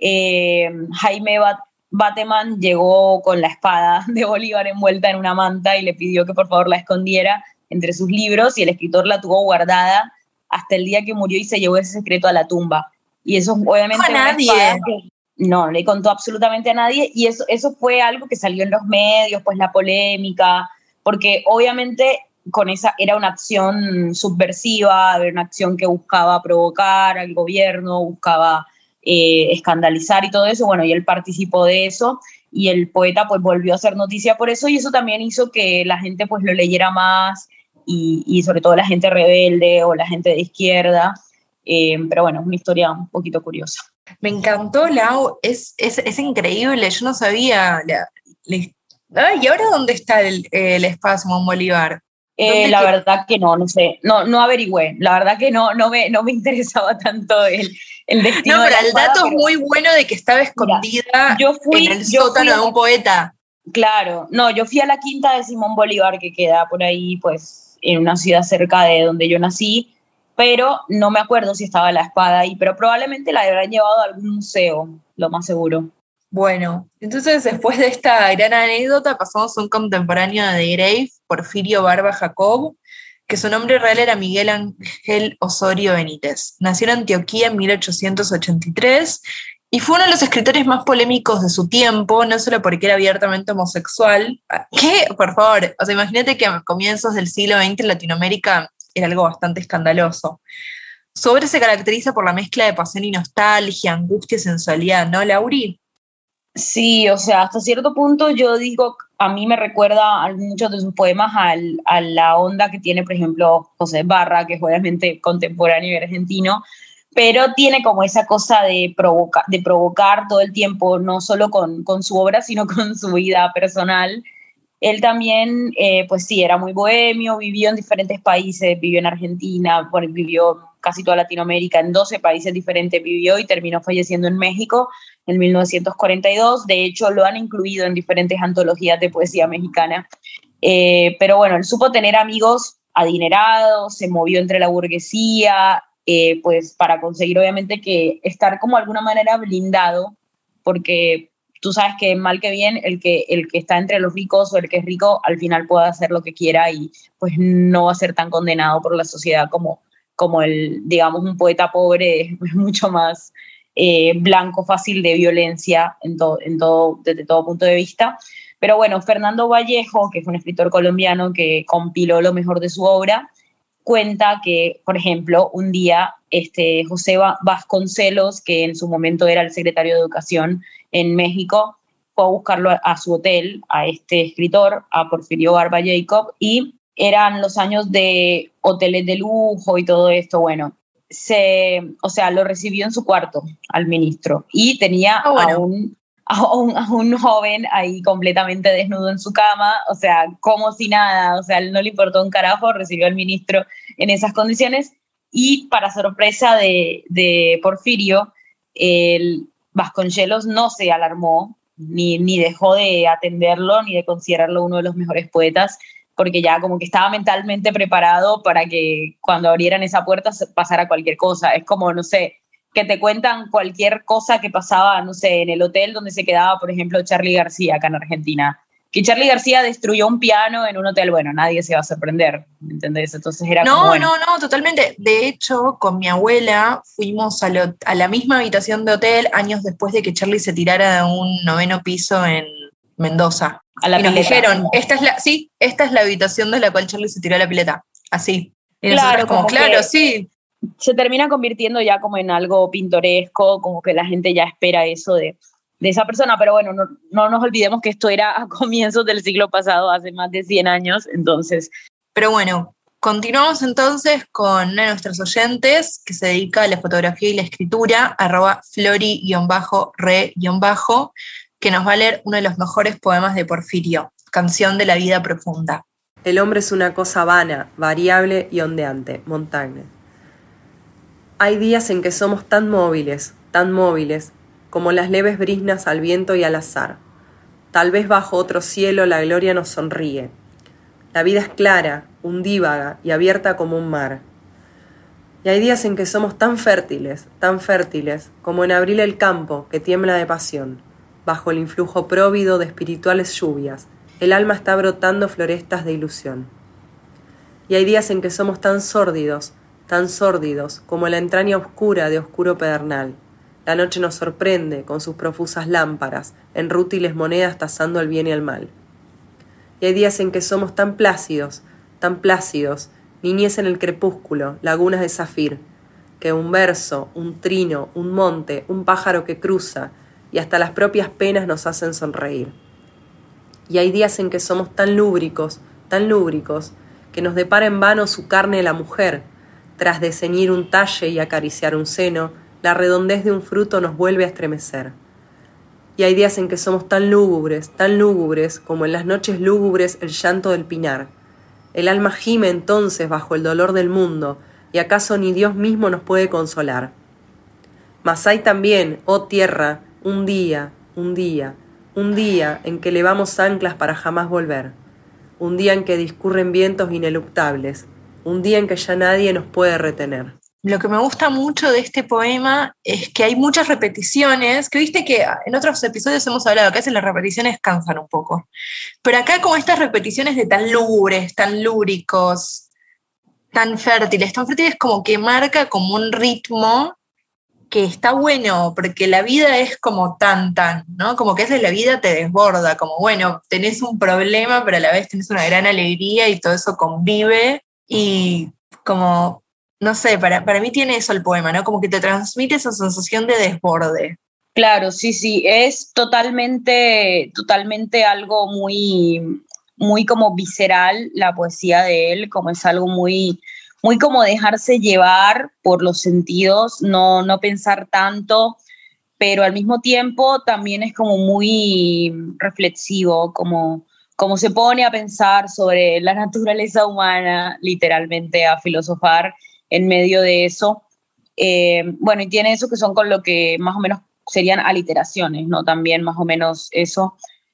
eh, Jaime Bat Bateman llegó con la espada de Bolívar envuelta en una manta y le pidió que por favor la escondiera entre sus libros, y el escritor la tuvo guardada hasta el día que murió y se llevó ese secreto a la tumba. Y eso obviamente... No a nadie. Que, no, no le contó absolutamente a nadie, y eso, eso fue algo que salió en los medios, pues la polémica, porque obviamente con esa era una acción subversiva, era una acción que buscaba provocar al gobierno, buscaba... Eh, escandalizar y todo eso, bueno, y él participó de eso, y el poeta pues volvió a hacer noticia por eso, y eso también hizo que la gente pues lo leyera más, y, y sobre todo la gente rebelde o la gente de izquierda, eh, pero bueno, es una historia un poquito curiosa. Me encantó, Lau, es, es, es increíble, yo no sabía, la, la, ay, ¿y ahora dónde está el, el espada Simón Bolívar? Eh, la que... verdad que no, no sé, no, no averigüé, la verdad que no, no, me, no me interesaba tanto el, el destino. No, pero de la el dato espada, es muy bueno de que estaba escondida. Mira, yo fui, en el yo sótano fui a, de un poeta. Claro, no, yo fui a la quinta de Simón Bolívar, que queda por ahí, pues, en una ciudad cerca de donde yo nací, pero no me acuerdo si estaba la espada ahí, pero probablemente la habrán llevado a algún museo, lo más seguro. Bueno, entonces después de esta gran anécdota pasamos a un contemporáneo de Grave, Porfirio Barba Jacob, que su nombre real era Miguel Ángel Osorio Benítez. Nació en Antioquía en mil ochocientos ochenta y tres y fue uno de los escritores más polémicos de su tiempo, no solo porque era abiertamente homosexual. ¿Qué? Por favor, o sea, imagínate que a comienzos del siglo veinte en Latinoamérica era algo bastante escandaloso. Su obra se caracteriza por la mezcla de pasión y nostalgia, angustia y sensualidad, ¿no, Lauri? Sí, o sea, hasta cierto punto yo digo, a mí me recuerda a muchos de sus poemas al, a la onda que tiene, por ejemplo, José Barra, que es obviamente contemporáneo y argentino, pero tiene como esa cosa de, provoca, de provocar todo el tiempo, no solo con, con su obra, sino con su vida personal. Él también, eh, pues sí, era muy bohemio, vivió en diferentes países, vivió en Argentina, bueno, vivió casi toda Latinoamérica, en doce países diferentes vivió y terminó falleciendo en México en mil novecientos cuarenta y dos. De hecho, lo han incluido en diferentes antologías de poesía mexicana. Eh, pero bueno, él supo tener amigos adinerados, se movió entre la burguesía, eh, pues para conseguir obviamente que estar como de alguna manera blindado, porque tú sabes que mal que bien, el que, el que está entre los ricos o el que es rico al final puede hacer lo que quiera y pues no va a ser tan condenado por la sociedad como, como el, digamos, un poeta pobre es mucho más eh, blanco, fácil de violencia en todo, en todo, desde todo punto de vista. Pero bueno, Fernando Vallejo, que es un escritor colombiano que compiló lo mejor de su obra, cuenta que, por ejemplo, un día este, José Vasconcelos, que en su momento era el secretario de Educación en México, fue a buscarlo a, a su hotel, a este escritor, a Porfirio Barba Jacob, y eran los años de hoteles de lujo y todo esto. Bueno, se, o sea, lo recibió en su cuarto al ministro y tenía oh, bueno. a un... A un, a un joven ahí completamente desnudo en su cama, o sea, como si nada, o sea, no le importó un carajo, recibió al ministro en esas condiciones y para sorpresa de, de Porfirio, el Vasconcelos no se alarmó, ni, ni dejó de atenderlo, ni de considerarlo uno de los mejores poetas, porque ya como que estaba mentalmente preparado para que cuando abrieran esa puerta pasara cualquier cosa. Es como, no sé, que te cuentan cualquier cosa que pasaba, no sé, en el hotel donde se quedaba, por ejemplo, Charly García, acá en Argentina. Que Charly García destruyó un piano en un hotel, bueno, nadie se va a sorprender, ¿me entendés? Entonces era no, como, bueno. No, no, totalmente. De hecho, con mi abuela fuimos a, lo, a la misma habitación de hotel años después de que Charly se tirara de un noveno piso en Mendoza. A la y pileta. Nos dijeron, esta es la, sí, esta es la habitación de la cual Charly se tiró a la pileta. Así. Y claro, como, como claro, que sí. Se termina convirtiendo ya como en algo pintoresco, como que la gente ya espera eso de, de esa persona, pero bueno, no, no nos olvidemos que esto era a comienzos del siglo pasado, hace más de cien años, entonces... Pero bueno, continuamos entonces con una de nuestros oyentes que se dedica a la fotografía y la escritura, arroba flori-re- que nos va a leer uno de los mejores poemas de Porfirio, Canción de la vida profunda. El hombre es una cosa vana, variable y ondeante. Montaigne. Hay días en que somos tan móviles, tan móviles, como las leves brisnas al viento y al azar. Tal vez bajo otro cielo la gloria nos sonríe. La vida es clara, undívaga y abierta como un mar. Y hay días en que somos tan fértiles, tan fértiles, como en abril el campo que tiembla de pasión. Bajo el influjo próvido de espirituales lluvias, el alma está brotando florestas de ilusión. Y hay días en que somos tan sórdidos, tan sórdidos como la entraña oscura de oscuro pedernal. La noche nos sorprende con sus profusas lámparas, en rútiles monedas tasando el bien y el mal. Y hay días en que somos tan plácidos, tan plácidos, niñez en el crepúsculo, lagunas de zafir, que un verso, un trino, un monte, un pájaro que cruza, y hasta las propias penas nos hacen sonreír. Y hay días en que somos tan lúbricos, tan lúbricos, que nos depara en vano su carne la mujer. Tras de ceñir un talle y acariciar un seno, la redondez de un fruto nos vuelve a estremecer. Y hay días en que somos tan lúgubres, tan lúgubres, como en las noches lúgubres el llanto del pinar. El alma gime entonces bajo el dolor del mundo, y acaso ni Dios mismo nos puede consolar. Mas hay también, oh tierra, un día, un día, un día en que levamos anclas para jamás volver. Un día en que discurren vientos ineluctables. Un día en que ya nadie nos puede retener. Lo que me gusta mucho de este poema es que hay muchas repeticiones, que viste que en otros episodios hemos hablado que a veces las repeticiones cansan un poco. Pero acá como estas repeticiones de tan lúgubres, tan lúbricos, tan fértiles, tan fértiles como que marca como un ritmo que está bueno, porque la vida es como tan, tan, ¿no? Como que a veces la vida te desborda, como bueno, tenés un problema, pero a la vez tenés una gran alegría y todo eso convive. Y como, no sé, para, para mí tiene eso el poema, ¿no? Como que te transmite esa sensación de desborde. Claro, sí, sí, es totalmente, totalmente algo muy, muy como visceral la poesía de él, como es algo muy, muy como dejarse llevar por los sentidos, no, no pensar tanto, pero al mismo tiempo también es como muy reflexivo, como... como se pone a pensar sobre la naturaleza humana, literalmente a filosofar en medio de eso. Eh, bueno, y tiene eso que son con lo que más o menos serían aliteraciones, ¿no? También más o menos eso.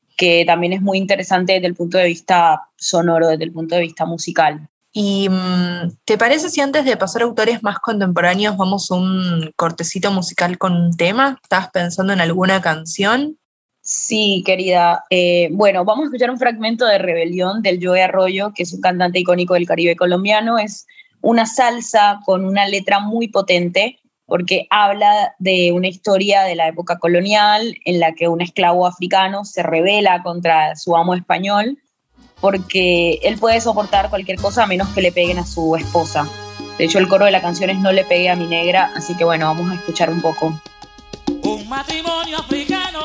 que también es muy interesante desde el punto de vista sonoro, desde el punto de vista musical. ¿Y te parece si antes de pasar a autores más contemporáneos vamos a un cortecito musical con un tema? ¿Estabas pensando en alguna canción? Sí, querida. Eh, bueno, vamos a escuchar un fragmento de Rebelión del Joe Arroyo, que es un cantante icónico del Caribe colombiano. Es una salsa con una letra muy potente, porque habla de una historia de la época colonial en la que un esclavo africano se rebela contra su amo español, porque él puede soportar cualquier cosa menos que le peguen a su esposa. De hecho, el coro de la canción es No le pegue a mi negra, así que bueno, vamos a escuchar un poco. Un matrimonio africano,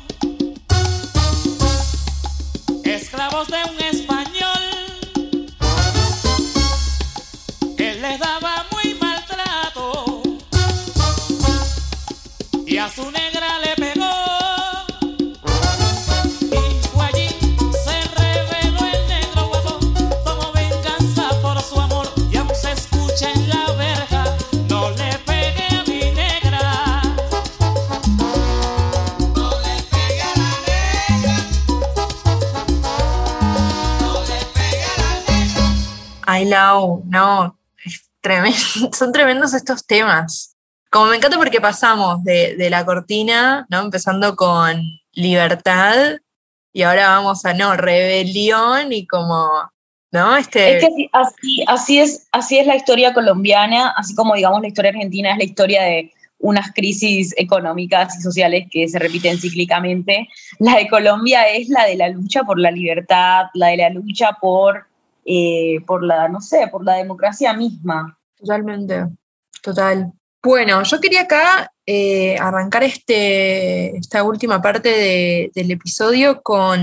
esclavos de un español, él les daba muy maltrato y a su negra le pegó. Ay, Lau, no, es tremendo, son tremendos estos temas. Como me encanta porque pasamos de, de la cortina, ¿no? Empezando con Libertad, y ahora vamos a, no, Rebelión, y como, ¿no? Este... Es que así, así, es, así es la historia colombiana, así como, digamos, la historia argentina es la historia de unas crisis económicas y sociales que se repiten cíclicamente. La de Colombia es la de la lucha por la libertad, la de la lucha por... Eh, por la, no sé, por la democracia misma. Totalmente, total. Bueno, yo quería acá eh, arrancar este, esta última parte de, del episodio con,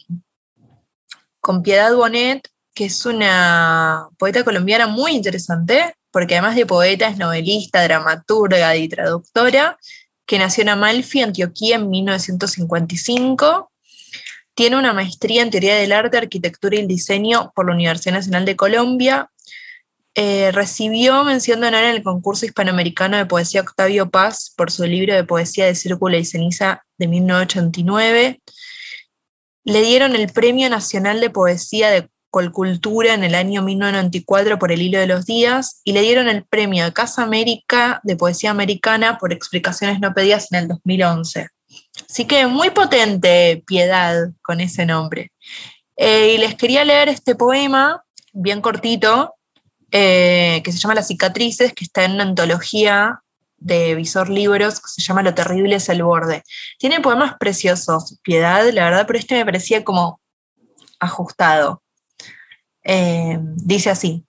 con Piedad Bonet, que es una poeta colombiana muy interesante, porque además de poeta es novelista, dramaturga y traductora, que nació en Amalfi, Antioquía, en mil novecientos cincuenta y cinco. Tiene una maestría en Teoría del Arte, Arquitectura y Diseño por la Universidad Nacional de Colombia. Eh, recibió mención de honor en el concurso hispanoamericano de poesía Octavio Paz por su libro de poesía de Círculo y Ceniza de mil novecientos ochenta y nueve. Le dieron el Premio Nacional de Poesía de Colcultura en el año mil novecientos noventa y cuatro por El Hilo de los Días, y le dieron el Premio de Casa América de Poesía Americana por Explicaciones no pedidas en el dos mil once. Así que muy potente Piedad con ese nombre. Eh, y les quería leer este poema, bien cortito, eh, que se llama Las cicatrices, que está en una antología de Visor Libros, que se llama Lo terrible es el borde. Tiene poemas preciosos, Piedad, la verdad, pero este me parecía como ajustado. Eh, dice así: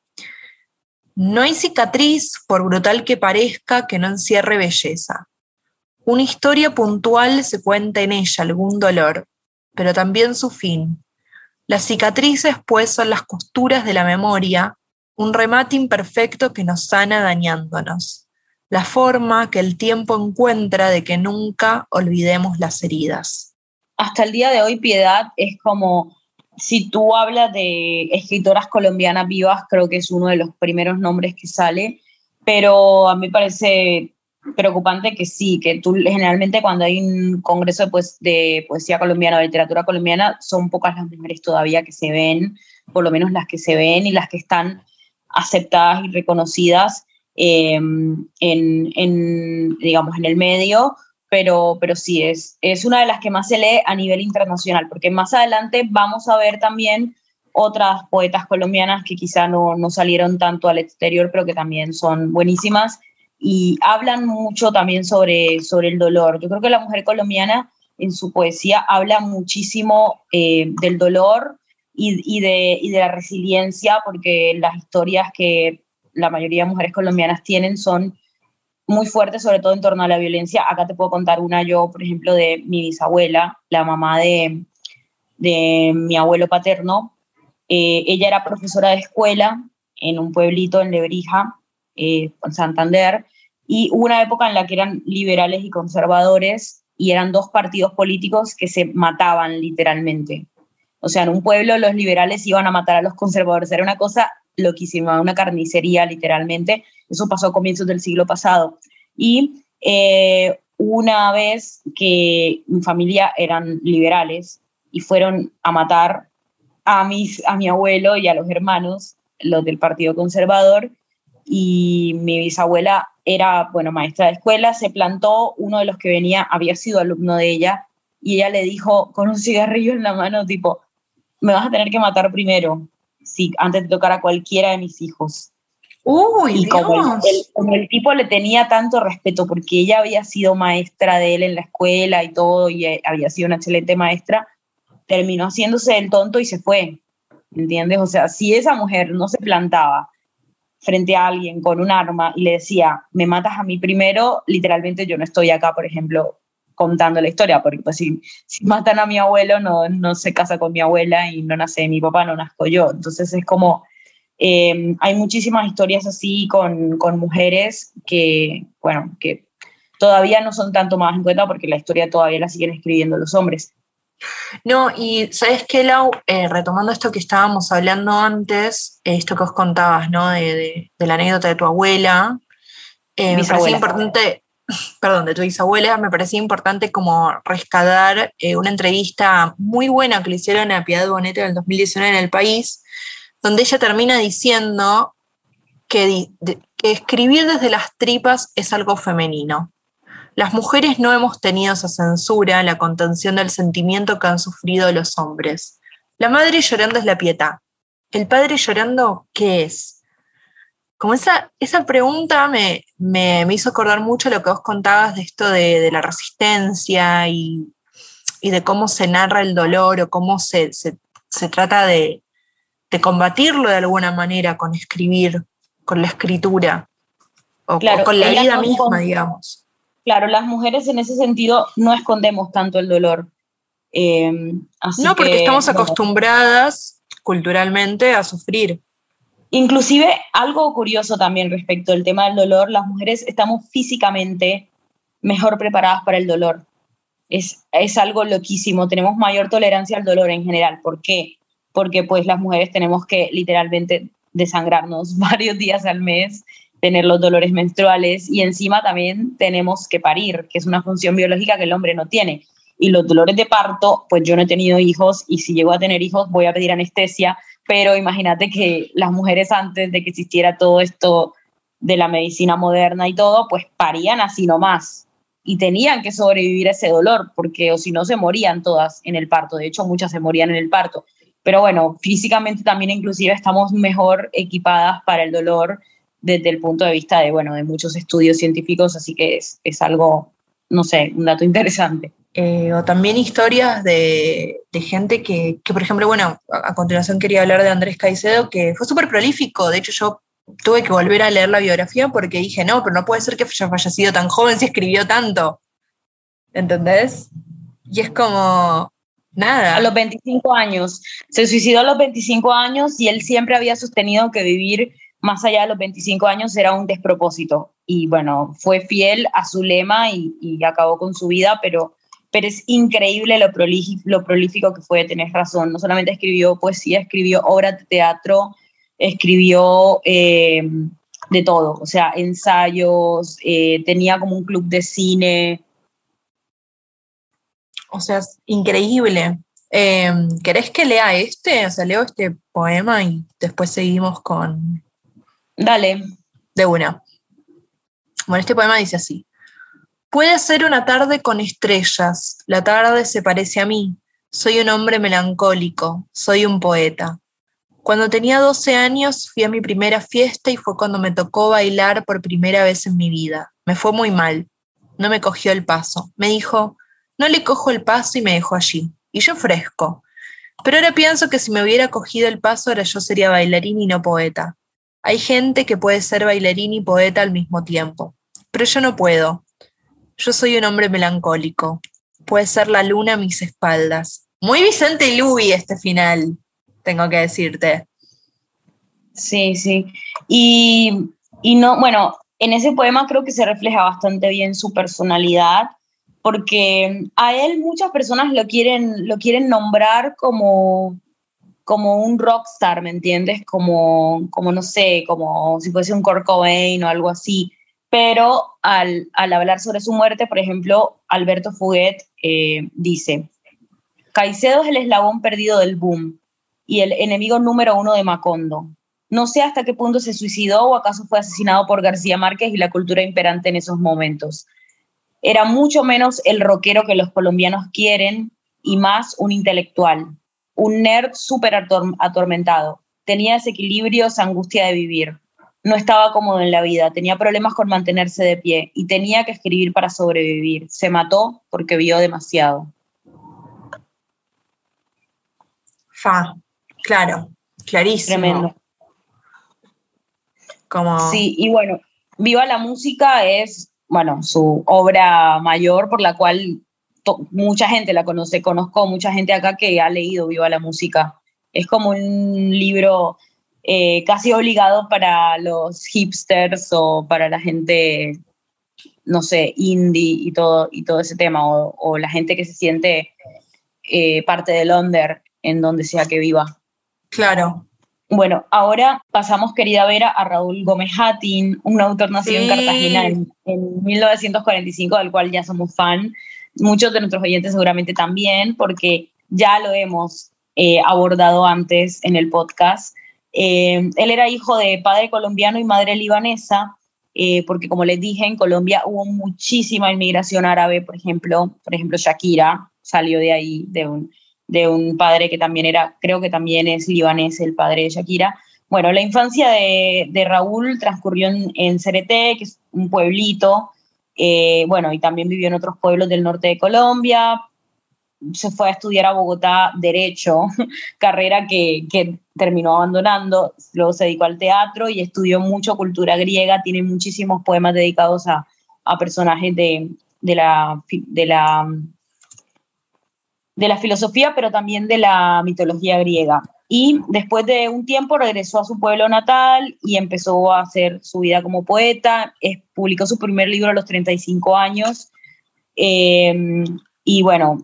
no hay cicatriz, por brutal que parezca, que no encierre belleza. Una historia puntual se cuenta en ella, algún dolor, pero también su fin. Las cicatrices, pues, son las costuras de la memoria, un remate imperfecto que nos sana dañándonos. La forma que el tiempo encuentra de que nunca olvidemos las heridas. Hasta el día de hoy, Piedad es como, si tú hablas de escritoras colombianas vivas, creo que es uno de los primeros nombres que sale, pero a mí me parece preocupante que sí, que tú generalmente cuando hay un congreso de, pues, de poesía colombiana o de literatura colombiana, son pocas las mujeres todavía que se ven, por lo menos las que se ven y las que están aceptadas y reconocidas eh, en, en, digamos, en el medio, pero, pero sí, es, es una de las que más se lee a nivel internacional, porque más adelante vamos a ver también otras poetas colombianas que quizá no, no salieron tanto al exterior, pero que también son buenísimas, y hablan mucho también sobre, sobre el dolor. Yo creo que la mujer colombiana en su poesía habla muchísimo eh, del dolor y, y, de, y de la resiliencia, porque las historias que la mayoría de mujeres colombianas tienen son muy fuertes, sobre todo en torno a la violencia. Acá te puedo contar una yo, por ejemplo, de mi bisabuela, la mamá de, de mi abuelo paterno. Eh, ella era profesora de escuela en un pueblito en Lebrija, eh, en Santander, y hubo una época en la que eran liberales y conservadores, y eran dos partidos políticos que se mataban literalmente. O sea, en un pueblo los liberales iban a matar a los conservadores, era una cosa loquísima, una carnicería literalmente. Eso pasó a comienzos del siglo pasado. Y eh, una vez que mi familia eran liberales, y fueron a matar a, mis, a mi abuelo y a los hermanos, los del Partido Conservador, y mi bisabuela era, bueno, maestra de escuela, se plantó, uno de los que venía había sido alumno de ella, y ella le dijo con un cigarrillo en la mano, tipo, me vas a tener que matar primero, si, antes de tocar a cualquiera de mis hijos. Uy, y como el, Dios. el, como el tipo le tenía tanto respeto, porque ella había sido maestra de él en la escuela y todo, y había sido una excelente maestra, terminó haciéndose el tonto y se fue, ¿entiendes? O sea, si esa mujer no se plantaba frente a alguien con un arma y le decía, me matas a mí primero, literalmente yo no estoy acá, por ejemplo, contando la historia, porque pues si, si matan a mi abuelo, no, no se casa con mi abuela y no nace mi papá, no nazco yo. Entonces es como, eh, hay muchísimas historias así con, con mujeres que, bueno, que todavía no son tanto más en cuenta porque la historia todavía la siguen escribiendo los hombres. No, y ¿sabes qué, Lau? Eh, retomando esto que estábamos hablando antes, esto que os contabas, ¿no? De, de, de la anécdota de tu abuela, eh, me parecía importante, perdón, de tu bisabuela, me parecía importante como rescatar eh, una entrevista muy buena que le hicieron a Piedad Bonete en el dos mil diecinueve en El País, donde ella termina diciendo que, di, de, que escribir desde las tripas es algo femenino. Las mujeres no hemos tenido esa censura, la contención del sentimiento que han sufrido los hombres. La madre llorando es la pietà. ¿El padre llorando qué es? Como esa, esa pregunta me, me, me hizo acordar mucho lo que vos contabas de esto de, de la resistencia y, y de cómo se narra el dolor o cómo se, se, se trata de, de combatirlo de alguna manera con escribir, con la escritura o, claro, o con la vida no misma, con... digamos. Claro, las mujeres en ese sentido no escondemos tanto el dolor. Eh, así no, porque que, estamos bueno, acostumbradas culturalmente a sufrir. Inclusive, algo curioso también respecto al tema del dolor, las mujeres estamos físicamente mejor preparadas para el dolor. Es, es algo loquísimo, tenemos mayor tolerancia al dolor en general. ¿Por qué? Porque pues las mujeres tenemos que literalmente desangrarnos varios días al mes, tener los dolores menstruales y encima también tenemos que parir, que es una función biológica que el hombre no tiene. Y los dolores de parto, pues yo no he tenido hijos y si llego a tener hijos voy a pedir anestesia, pero imagínate que las mujeres antes de que existiera todo esto de la medicina moderna y todo, pues parían así nomás y tenían que sobrevivir a ese dolor, porque o si no se morían todas en el parto, de hecho muchas se morían en el parto. Pero bueno, físicamente también inclusive estamos mejor equipadas para el dolor desde el punto de vista de, bueno, de muchos estudios científicos, así que es, es algo, no sé, un dato interesante. Eh, o también historias de, de gente que, que, por ejemplo, bueno, a, a continuación quería hablar de Andrés Caicedo, que fue súper prolífico. De hecho, yo tuve que volver a leer la biografía porque dije, no, pero no puede ser que haya fallecido tan joven si escribió tanto. ¿Entendés? Y es como, nada. A los veinticinco años. Se suicidó a los veinticinco años y él siempre había sostenido que vivir más allá de los veinticinco años era un despropósito. Y bueno, fue fiel a su lema y, y acabó con su vida, pero... pero es increíble lo, prolífico, lo prolífico que fue, tenés razón. No solamente escribió poesía, escribió obras de teatro, escribió eh, de todo, o sea, ensayos, eh, tenía como un club de cine. O sea, es increíble. Eh, ¿Querés que lea este? O sea, leo este poema y después seguimos con... Dale. De una. Bueno, este poema dice así. Puede ser una tarde con estrellas, la tarde se parece a mí, soy un hombre melancólico, soy un poeta. Cuando tenía doce años fui a mi primera fiesta y fue cuando me tocó bailar por primera vez en mi vida. Me fue muy mal, no me cogió el paso. Me dijo, no le cojo el paso y me dejó allí. Y yo fresco. Pero ahora pienso que si me hubiera cogido el paso ahora yo sería bailarín y no poeta. Hay gente que puede ser bailarín y poeta al mismo tiempo, pero yo no puedo. Yo soy un hombre melancólico. Puede ser la luna a mis espaldas. Muy Vicente Luis este final, tengo que decirte. Sí, sí. Y, y no, bueno, en ese poema creo que se refleja bastante bien su personalidad, porque a él muchas personas lo quieren, lo quieren nombrar como, como un rockstar, ¿me entiendes? Como, como, no sé, como si fuese un Kurt Cobain o algo así. Pero al, al hablar sobre su muerte, por ejemplo, Alberto Fuguet eh, dice, Caicedo es el eslabón perdido del boom y el enemigo número uno de Macondo. No sé hasta qué punto se suicidó o acaso fue asesinado por García Márquez y la cultura imperante en esos momentos. Era mucho menos el rockero que los colombianos quieren y más un intelectual, un nerd súper ator- atormentado. Tenía desequilibrio, esa angustia de vivir. No estaba cómodo en la vida, tenía problemas con mantenerse de pie y tenía que escribir para sobrevivir. Se mató porque vio demasiado. Fa, claro, clarísimo. Tremendo. Como... Sí, y bueno, Viva la Música es, bueno, su obra mayor por la cual to- mucha gente la conoce. Conozco mucha gente acá que ha leído Viva la Música. Es como un libro eh, casi obligado para los hipsters o para la gente, no sé, indie y todo, y todo ese tema, o, o la gente que se siente eh, parte del under en donde sea que viva. Claro. Bueno, ahora pasamos, querida Vera, a Raúl Gómez Hatín, un autor nacido Sí. en Cartagena en, en mil novecientos cuarenta y cinco, del cual ya somos fan. Muchos de nuestros oyentes seguramente también, porque ya lo hemos eh, abordado antes en el podcast. Eh, él era hijo de padre colombiano y madre libanesa, eh, porque como les dije, en Colombia hubo muchísima inmigración árabe, por ejemplo, por ejemplo Shakira salió de ahí, de un de un padre que también era, creo que también es libanés, el padre de Shakira. Bueno, la infancia de, de Raúl transcurrió en, en Cereté, que es un pueblito, eh, bueno, y también vivió en otros pueblos del norte de Colombia. Se fue a estudiar a Bogotá Derecho, carrera que, que terminó abandonando. Luego se dedicó al teatro y estudió mucho cultura griega. Tiene muchísimos poemas dedicados a, a personajes de, de la... De la de la filosofía, pero también de la mitología griega. Y después de un tiempo regresó a su pueblo natal y empezó a hacer su vida como poeta. Es, publicó su primer libro a los treinta y cinco años. Eh, y bueno,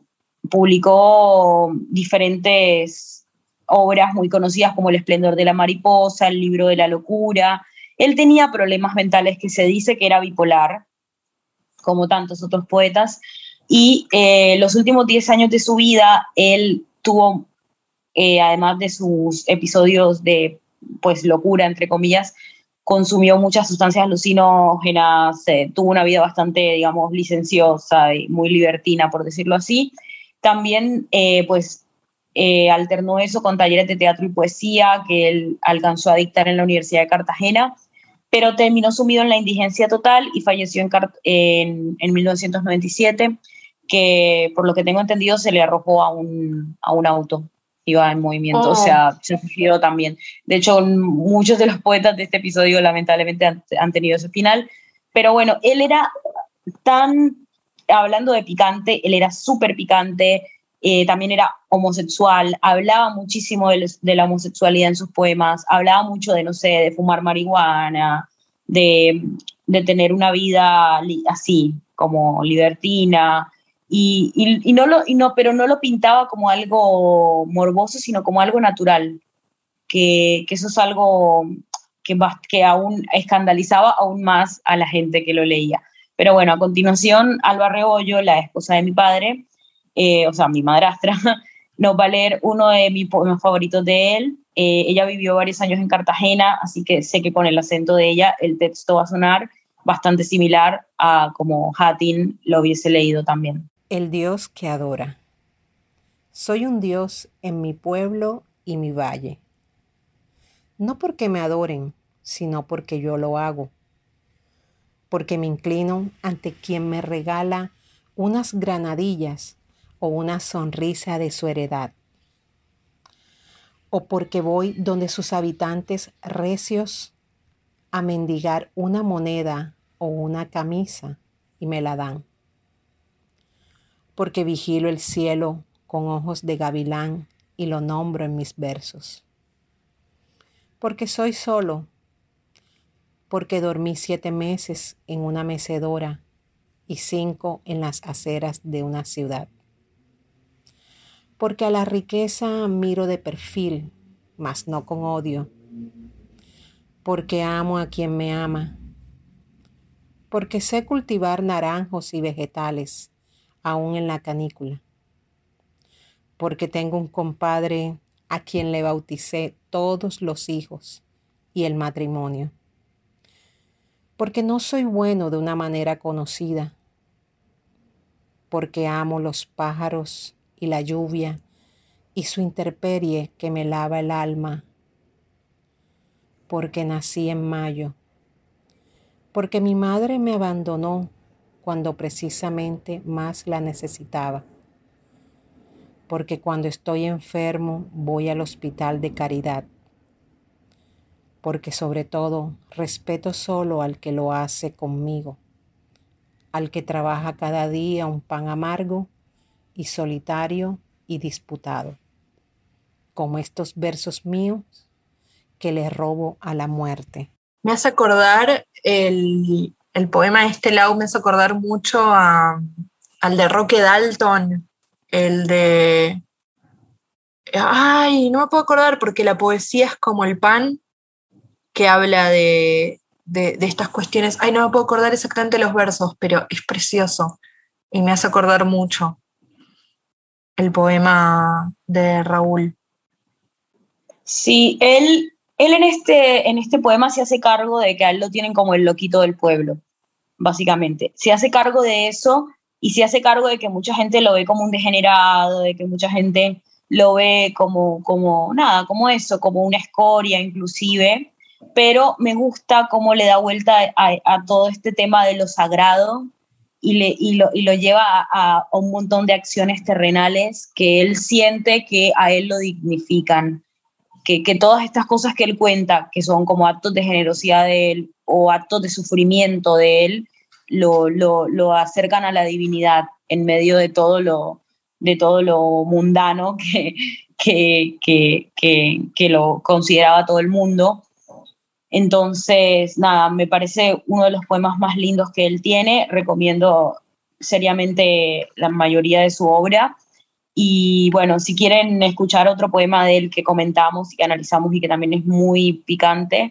publicó diferentes obras muy conocidas como El esplendor de la mariposa, El libro de la locura. Él tenía problemas mentales, que se dice que era bipolar, como tantos otros poetas. Y eh, los últimos diez años de su vida, él tuvo, eh, además de sus episodios de pues, locura, entre comillas, consumió muchas sustancias alucinógenas, eh, tuvo una vida bastante, digamos, licenciosa y muy libertina, por decirlo así. También, eh, pues, eh, alternó eso con talleres de teatro y poesía que él alcanzó a dictar en la Universidad de Cartagena, pero terminó sumido en la indigencia total y falleció en, en, en mil novecientos noventa y siete, que por lo que tengo entendido se le arrojó a un, a un auto, iba en movimiento, oh. o sea, se suicidó también. De hecho, muchos de los poetas de este episodio lamentablemente han, han tenido ese final, pero bueno, él era tan, hablando de picante, él era súper picante, eh, también era homosexual, hablaba muchísimo de, de la homosexualidad en sus poemas, hablaba mucho de, no sé, de fumar marihuana, de, de tener una vida así, como libertina, y, y, y no lo, y no, pero no lo pintaba como algo morboso, sino como algo natural, que, que eso es algo que, que aún escandalizaba aún más a la gente que lo leía. Pero bueno, a continuación, Alba Rebollo, la esposa de mi padre, eh, o sea, mi madrastra, nos va a leer uno de mis poemas favoritos de él. Eh, ella vivió varios años en Cartagena, así que sé que con el acento de ella el texto va a sonar bastante similar a como Hatín lo hubiese leído también. El Dios que adora. Soy un Dios en mi pueblo y mi valle. No porque me adoren, sino porque yo lo hago. Porque me inclino ante quien me regala unas granadillas o una sonrisa de su heredad. O porque voy donde sus habitantes recios a mendigar una moneda o una camisa y me la dan. Porque vigilo el cielo con ojos de gavilán y lo nombro en mis versos. Porque soy solo, porque dormí siete meses en una mecedora y cinco en las aceras de una ciudad. Porque a la riqueza miro de perfil, mas no con odio. Porque amo a quien me ama. Porque sé cultivar naranjos y vegetales, aún en la canícula. porque tengo un compadre a quien le bauticé todos los hijos y el matrimonio, porque no soy bueno de una manera conocida, porque amo los pájaros y la lluvia y su intemperie que me lava el alma, porque nací en mayo, porque mi madre me abandonó cuando precisamente más la necesitaba, porque cuando estoy enfermo voy al hospital de caridad, porque sobre todo respeto solo al que lo hace conmigo, al que trabaja cada día un pan amargo y solitario y disputado, como estos versos míos que le robo a la muerte. Me hace acordar el, el poema de este Lau, me hace acordar mucho a, al de Roque Dalton, el de... Ay, no me puedo acordar porque la poesía es como el pan, que habla de, de, de estas cuestiones. Ay, no me puedo acordar exactamente los versos, pero es precioso y me hace acordar mucho el poema de Raúl. Sí, él, él en, este, en este poema se hace cargo de que a él lo tienen como el loquito del pueblo, básicamente. Se hace cargo de eso y se hace cargo de que mucha gente lo ve como un degenerado, de que mucha gente lo ve como, como nada, como eso, como una escoria inclusive, pero me gusta cómo le da vuelta a, a todo este tema de lo sagrado y, le, y, lo, y lo lleva a, a un montón de acciones terrenales que él siente que a él lo dignifican. Que, que todas estas cosas que él cuenta, que son como actos de generosidad de él o actos de sufrimiento de él, lo, lo, lo acercan a la divinidad en medio de todo lo, de todo lo mundano que, que, que, que, que lo consideraba todo el mundo. Entonces, nada, me parece uno de los poemas más lindos que él tiene. Recomiendo seriamente la mayoría de su obra. Y bueno, si quieren escuchar otro poema de él que comentamos y que analizamos y que también es muy picante,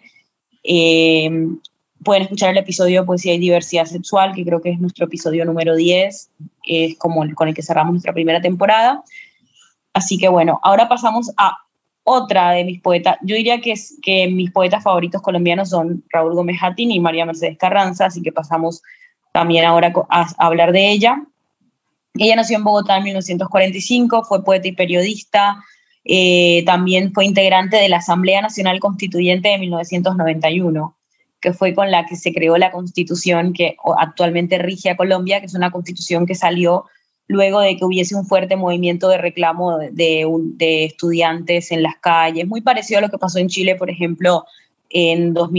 eh, pueden escuchar el episodio de Poesía y Diversidad Sexual, que creo que es nuestro episodio número diez, es como el con el que cerramos nuestra primera temporada. Así que bueno, ahora pasamos a otra de mis poetas. Yo diría que, es, que mis poetas favoritos colombianos son Raúl Gómez Hatín y María Mercedes Carranza, así que pasamos también ahora a, a hablar de ella. Ella nació en Bogotá en mil novecientos cuarenta y cinco, fue poeta y periodista, eh, también fue integrante de la Asamblea Nacional Constituyente de mil novecientos noventa y uno, que fue con la que se creó la constitución que actualmente rige a Colombia, que es una constitución que salió luego de que hubiese un fuerte movimiento de reclamo de, de, de estudiantes en las calles, muy parecido a lo que pasó en Chile, por ejemplo, en dos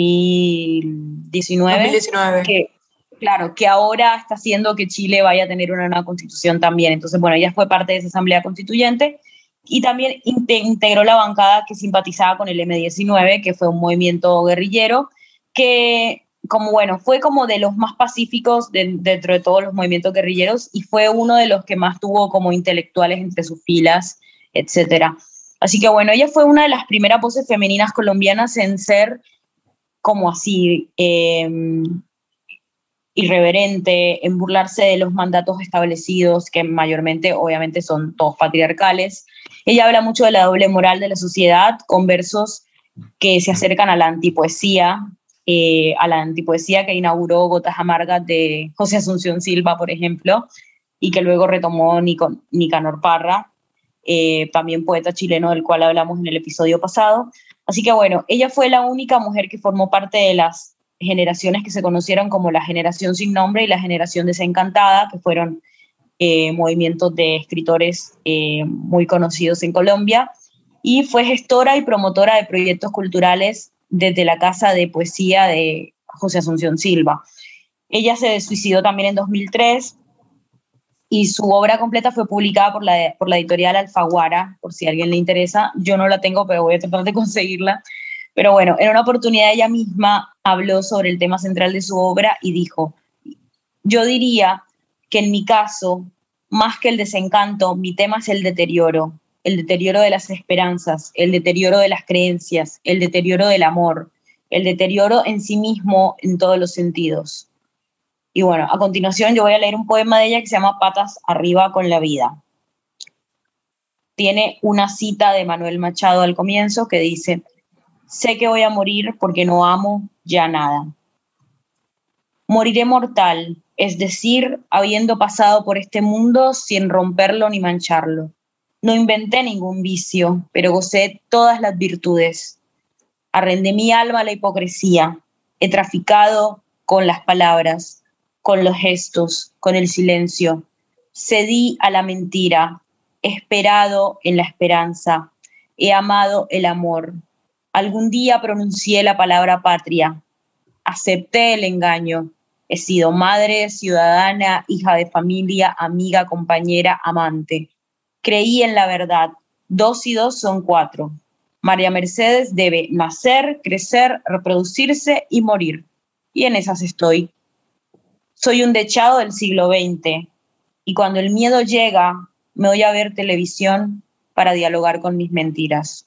mil diecinueve. dos mil diecinueve. Que, Claro, que ahora está haciendo que Chile vaya a tener una nueva constitución también. Entonces, bueno, ella fue parte de esa asamblea constituyente y también integró la bancada que simpatizaba con el eme diecinueve, que fue un movimiento guerrillero que, como bueno, fue como de los más pacíficos de, dentro de todos los movimientos guerrilleros y fue uno de los que más tuvo como intelectuales entre sus filas, etcétera. Así que, bueno, ella fue una de las primeras voces femeninas colombianas en ser como así... Eh, irreverente, en burlarse de los mandatos establecidos, que mayormente, obviamente, son todos patriarcales. Ella habla mucho de la doble moral de la sociedad, con versos que se acercan a la antipoesía, eh, a la antipoesía que inauguró Gotas Amargas de José Asunción Silva, por ejemplo, y que luego retomó Nico, Nicanor Parra, eh, también poeta chileno del cual hablamos en el episodio pasado. Así que, bueno, ella fue la única mujer que formó parte de las generaciones que se conocieron como la generación sin nombre y la generación desencantada, que fueron eh, movimientos de escritores eh, muy conocidos en Colombia, y fue gestora y promotora de proyectos culturales desde la Casa de Poesía de José Asunción Silva. Ella se suicidó también en dos mil tres y su obra completa fue publicada por la, por la editorial Alfaguara, por si a alguien le interesa. Yo no la tengo, pero voy a tratar de conseguirla. Pero bueno, en una oportunidad ella misma habló sobre el tema central de su obra y dijo: yo diría que en mi caso, más que el desencanto, mi tema es el deterioro, el deterioro de las esperanzas, el deterioro de las creencias, el deterioro del amor, el deterioro en sí mismo en todos los sentidos. Y bueno, a continuación yo voy a leer un poema de ella que se llama Patas arriba con la vida. tiene una cita de Manuel Machado al comienzo que dice: sé que voy a morir porque no amo ya nada. Moriré mortal, es decir, habiendo pasado por este mundo sin romperlo ni mancharlo. No inventé ningún vicio, pero gocé todas las virtudes. Arrendé mi alma a la hipocresía. He traficado con las palabras, con los gestos, con el silencio. Cedí a la mentira. He esperado en la esperanza. He amado el amor. Algún día pronuncié la palabra patria. Acepté el engaño. He sido madre, ciudadana, hija de familia, amiga, compañera, amante. Creí en la verdad. Dos y dos son cuatro. María Mercedes debe nacer, crecer, reproducirse y morir. Y en esas estoy. Soy un dechado del siglo veinte. Y cuando el miedo llega, me voy a ver televisión para dialogar con mis mentiras.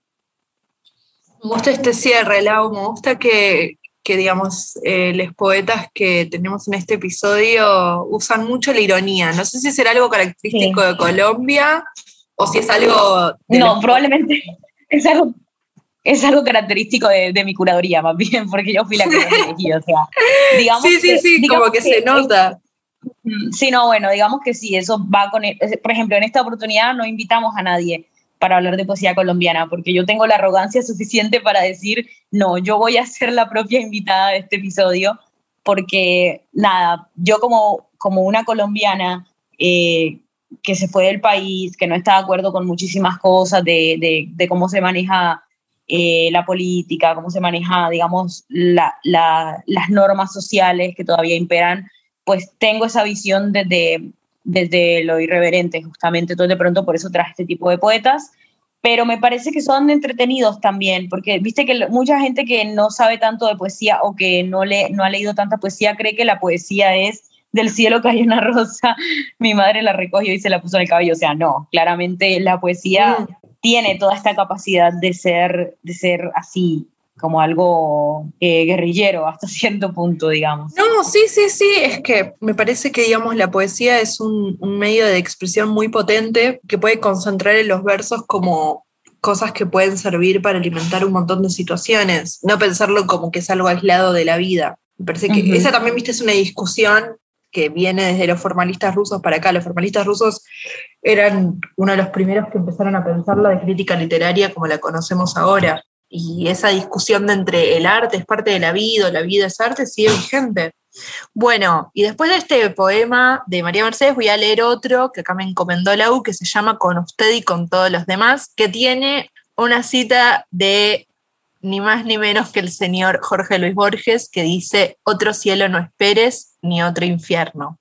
Me gusta este cierre, Lau. Me gusta que, que digamos, eh, los poetas que tenemos en este episodio usan mucho la ironía. No sé si será algo característico sí. de Colombia o si es algo... No, los... probablemente es algo, es algo característico de, de mi curaduría, más bien, porque yo fui la que lo elegí, o sea, digamos sí, sí, que, sí, digamos como que, que se nota. Es, sí, no, bueno, digamos que sí, eso va con... El, por ejemplo, en esta oportunidad no invitamos a nadie para hablar de poesía colombiana, porque yo tengo la arrogancia suficiente para decir, no, yo voy a ser la propia invitada de este episodio, porque, nada, yo como, como una colombiana eh, que se fue del país, que no está de acuerdo con muchísimas cosas de, de, de cómo se maneja eh, la política, cómo se maneja, digamos, la, la, las normas sociales que todavía imperan, pues tengo esa visión desde... desde lo irreverente, justamente. Entonces, de pronto, por eso traje este tipo de poetas, pero me parece que son entretenidos también, porque viste que mucha gente que no sabe tanto de poesía o que no, le, no ha leído tanta poesía cree que la poesía es del cielo cayó una rosa, mi madre la recogió y se la puso en el cabello. O sea, no, claramente la poesía mm. tiene toda esta capacidad de ser, de ser así, como algo eh, guerrillero hasta cierto punto, digamos. No, sí, sí, sí, es que me parece que, digamos, la poesía es un, un medio de expresión muy potente que puede concentrar en los versos como cosas que pueden servir para alimentar un montón de situaciones, no pensarlo como que es algo aislado de la vida. Me parece que uh-huh. esa también, viste, es una discusión que viene desde los formalistas rusos para acá. Los formalistas rusos eran uno de los primeros que empezaron a pensar la crítica literaria como la conocemos ahora. Y esa discusión de entre el arte es parte de la vida, o la vida es arte, sigue vigente. Bueno, y después de este poema de María Mercedes voy a leer otro que acá me encomendó Lau, que se llama Con usted y con todos los demás, que tiene una cita de ni más ni menos que el señor Jorge Luis Borges, que dice: otro cielo no esperes, ni otro infierno.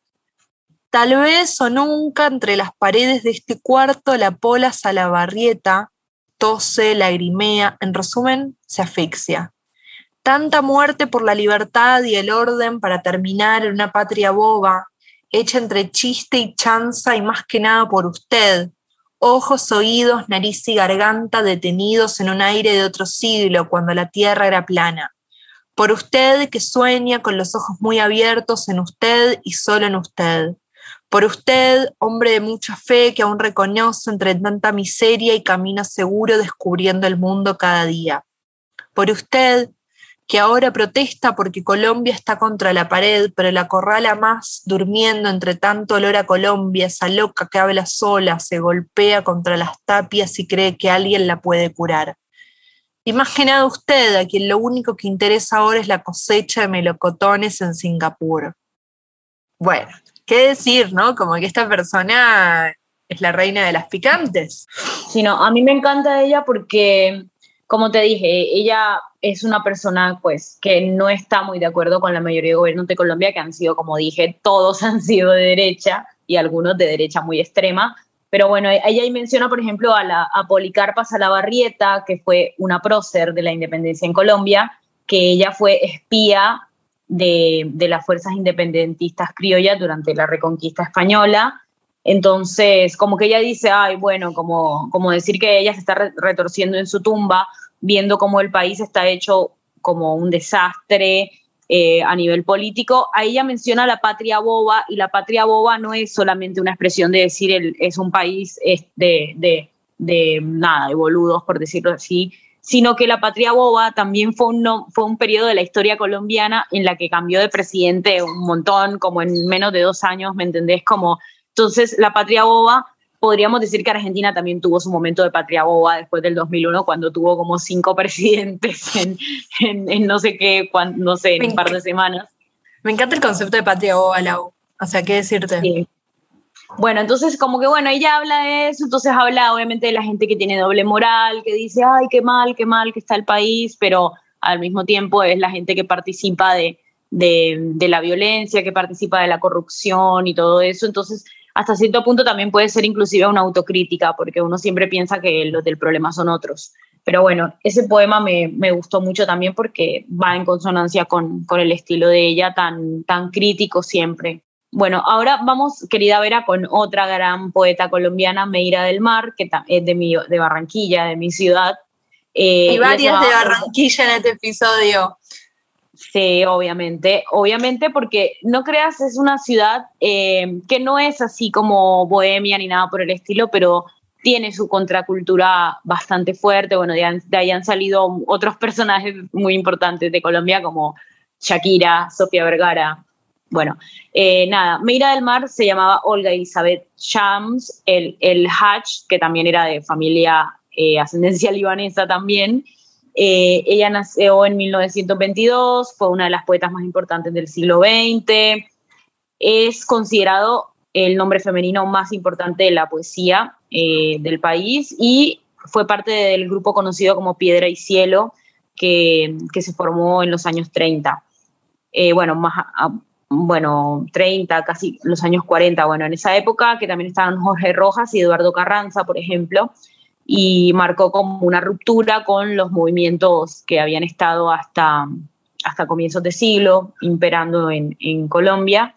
Tal vez o nunca entre las paredes de este cuarto la pola Salabarrieta tose, lagrimea, en resumen, se asfixia. Tanta muerte por la libertad y el orden para terminar en una patria boba, hecha entre chiste y chanza y más que nada por usted, ojos, oídos, nariz y garganta detenidos en un aire de otro siglo cuando la tierra era plana. Por usted que sueña con los ojos muy abiertos en usted y solo en usted. Por usted, hombre de mucha fe que aún reconoce entre tanta miseria y camina seguro descubriendo el mundo cada día. Por usted, que ahora protesta porque Colombia está contra la pared, pero la acorrala más durmiendo entre tanto olor a Colombia, esa loca que habla sola, se golpea contra las tapias y cree que alguien la puede curar. Y más que nada usted, a quien lo único que interesa ahora es la cosecha de melocotones en Singapur. Bueno, ¿qué decir, no? Como que esta persona es la reina de las picantes. Sí, no, a mí me encanta ella porque, como te dije, ella es una persona pues que no está muy de acuerdo con la mayoría de gobiernos de Colombia, que han sido, como dije, todos han sido de derecha y algunos de derecha muy extrema. Pero bueno, ella ahí menciona, por ejemplo, a, la, a Policarpa Salabarrieta, que fue una prócer de la independencia en Colombia, que ella fue espía De, de las fuerzas independentistas criollas durante la Reconquista Española. Entonces, como que ella dice, ay, bueno, como, como decir que ella se está re- retorciendo en su tumba, viendo cómo el país está hecho como un desastre eh, a nivel político. Ahí ella menciona la patria boba, y la patria boba no es solamente una expresión de decir el, es un país de, de, de nada, de boludos, por decirlo así, sino que la patria boba también fue un, no, fue un periodo de la historia colombiana en la que cambió de presidente un montón, como en menos de dos años, ¿me entendés? Como, entonces, la patria boba, podríamos decir que Argentina también tuvo su momento de patria boba después del dos mil uno, cuando tuvo como cinco presidentes en, en, en no sé qué, cuando, no sé, en un par de semanas. Me encanta el concepto de patria boba, Lau. O sea, ¿qué decirte? Sí. Bueno, entonces como que bueno, ella habla de eso, entonces habla obviamente de la gente que tiene doble moral, que dice, ay, qué mal, qué mal que está el país, pero al mismo tiempo es la gente que participa de, de, de la violencia, que participa de la corrupción y todo eso, entonces hasta cierto punto también puede ser inclusive una autocrítica, porque uno siempre piensa que los del problema son otros. Pero bueno, ese poema me, me gustó mucho también porque va en consonancia con, con el estilo de ella tan, tan crítico siempre. Bueno, ahora vamos, querida Vera, con otra gran poeta colombiana, Meira del Mar, que es de, mi, de Barranquilla, de mi ciudad. Eh, y varias de Barranquilla en este episodio. Sí, obviamente, obviamente porque no creas, es una ciudad eh, que no es así como bohemia ni nada por el estilo, pero tiene su contracultura bastante fuerte. Bueno, de, de ahí han salido otros personajes muy importantes de Colombia como Shakira, Sofía Vergara. Bueno, eh, nada, Meira del Mar se llamaba Olga Elizabeth Shams, el, el Hach, que también era de familia eh, ascendencia libanesa también. Eh, ella nació en mil novecientos veintidós, fue una de las poetas más importantes del siglo veinte. Es considerado el nombre femenino más importante de la poesía eh, del país y fue parte del grupo conocido como Piedra y Cielo, que, que se formó en los años treinta. Eh, bueno, más... A, bueno, treinta, casi los años cuarenta, bueno, en esa época que también estaban Jorge Rojas y Eduardo Carranza, por ejemplo, y marcó como una ruptura con los movimientos que habían estado hasta, hasta comienzos de siglo imperando en, en Colombia,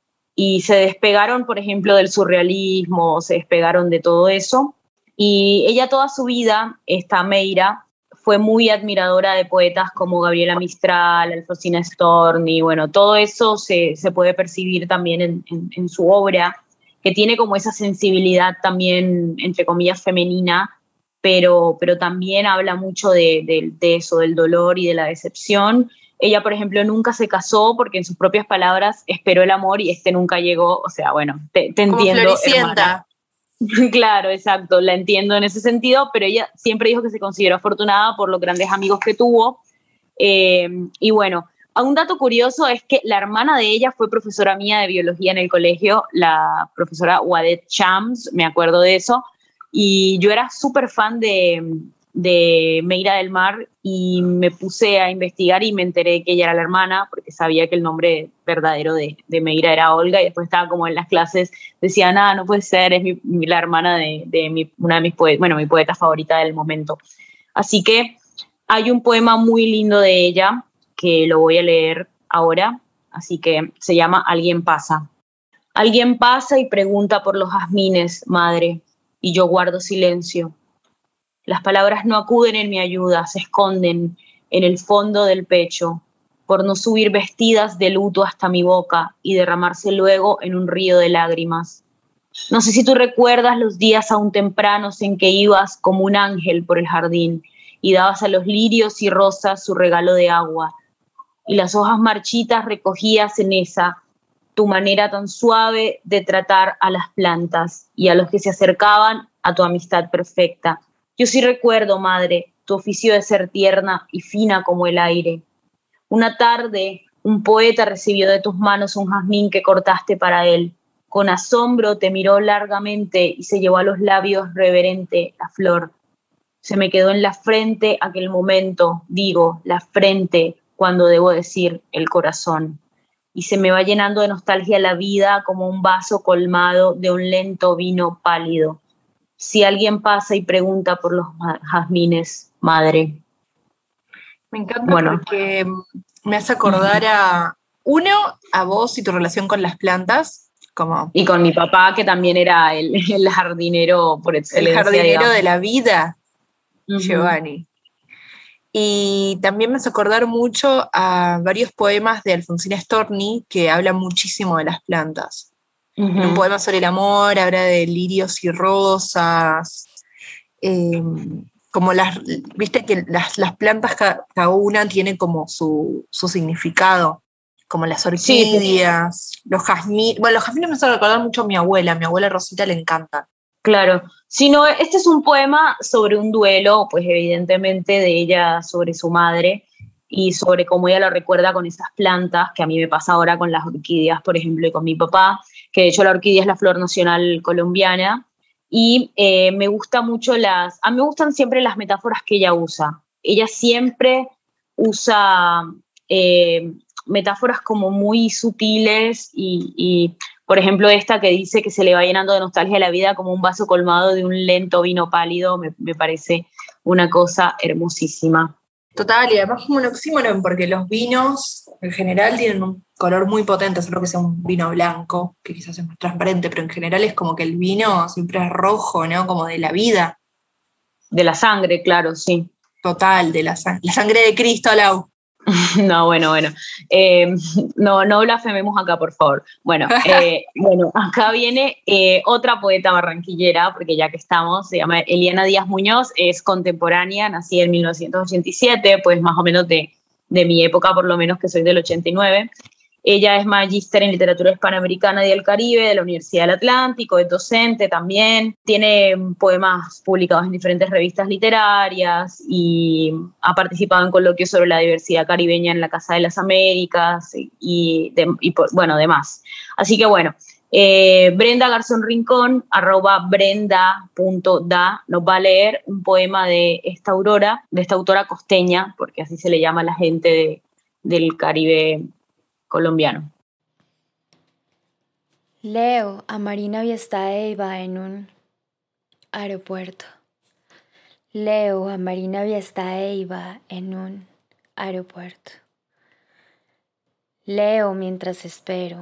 y se despegaron, por ejemplo, del surrealismo, se despegaron de todo eso, y ella toda su vida, esta Meira, fue muy admiradora de poetas como Gabriela Mistral, Alfonsina Storni, bueno, todo eso se, se puede percibir también en, en, en su obra, que tiene como esa sensibilidad también, entre comillas, femenina, pero, pero también habla mucho de, de, de eso, del dolor y de la decepción. Ella, por ejemplo, nunca se casó porque en sus propias palabras esperó el amor y este nunca llegó, o sea, bueno, te, te como entiendo, Floricienta. Hermana. Claro, exacto, la entiendo en ese sentido, pero ella siempre dijo que se consideró afortunada por los grandes amigos que tuvo. Eh, y bueno, un dato curioso es que la hermana de ella fue profesora mía de biología en el colegio, la profesora Wadet Shams, me acuerdo de eso, y yo era súper fan de, de Meira del Mar y me puse a investigar y me enteré que ella era la hermana porque sabía que el nombre verdadero de, de Meira era Olga, y después estaba como en las clases, decía, nada, no puede ser, es mi, mi, la hermana de, de mi, una de mis poetas, bueno, mi poeta favorita del momento. Así que hay un poema muy lindo de ella que lo voy a leer ahora, así que se llama Alguien pasa. Alguien pasa y pregunta por los jazmines, madre, y yo guardo silencio. Las palabras no acuden en mi ayuda, se esconden en el fondo del pecho, por no subir vestidas de luto hasta mi boca y derramarse luego en un río de lágrimas. No sé si tú recuerdas los días aún tempranos en que ibas como un ángel por el jardín y dabas a los lirios y rosas su regalo de agua, y las hojas marchitas recogías en esa, tu manera tan suave de tratar a las plantas y a los que se acercaban a tu amistad perfecta. Yo sí recuerdo, madre, tu oficio de ser tierna y fina como el aire. Una tarde, un poeta recibió de tus manos un jazmín que cortaste para él. Con asombro te miró largamente y se llevó a los labios reverente la flor. Se me quedó en la frente aquel momento, digo, la frente, cuando debo decir el corazón. Y se me va llenando de nostalgia la vida como un vaso colmado de un lento vino pálido. Si alguien pasa y pregunta por los jazmines, madre. Me encanta bueno. porque me hace acordar a, uno, a vos y tu relación con las plantas. Como y con mi papá, que también era el, el jardinero por excelencia. El jardinero digamos. de la vida, uh-huh. Giovanni. Y también me hace acordar mucho a varios poemas de Alfonsina Storni que hablan muchísimo de las plantas. Uh-huh. En un poema sobre el amor habla de lirios y rosas. eh, como las, viste que las, las plantas, cada, cada una tiene como su, su significado, como las orquídeas, sí, los jazmines. Bueno, los jazmines me hacen recordar mucho a mi abuela, a mi abuela Rosita le encanta. Claro, si no, este es un poema sobre un duelo, pues evidentemente de ella sobre su madre y sobre cómo ella lo recuerda con esas plantas, que a mí me pasa ahora con las orquídeas, por ejemplo, y con mi papá, que de hecho la orquídea es la flor nacional colombiana, y eh, me gusta mucho las, a mí me gustan siempre las metáforas que ella usa. Ella siempre usa eh, metáforas como muy sutiles y, y por ejemplo, esta que dice que se le va llenando de nostalgia la vida como un vaso colmado de un lento vino pálido, me, me parece una cosa hermosísima. Total, y además como un oxímoron, porque los vinos en general tienen un color muy potente, solo que sea un vino blanco, que quizás es más transparente, pero en general es como que el vino siempre es rojo, ¿no? Como de la vida. De la sangre, claro, sí. Total, de la, sang- la sangre de Cristo, Lau. No, bueno, bueno. Eh, no, no blasfememos acá, por favor. Bueno, eh, bueno acá viene eh, otra poeta barranquillera, porque ya que estamos, se llama Eliana Díaz Muñoz, es contemporánea, nacida en mil novecientos ochenta y siete, pues más o menos de, de mi época, por lo menos que soy del ochenta y nueve. Ella es magíster en literatura hispanoamericana y del Caribe de la Universidad del Atlántico, es docente también, tiene poemas publicados en diferentes revistas literarias y ha participado en coloquios sobre la diversidad caribeña en la Casa de las Américas y, de, y bueno, demás. Así que bueno, eh, Brenda Garzón Rincón, arroba brenda punto da, nos va a leer un poema de esta aurora, de esta autora costeña, porque así se le llama a la gente de, del Caribe colombiano. Leo a Marina Biestaeva en un aeropuerto. Leo a Marina Biestaeva en un aeropuerto. Leo mientras espero.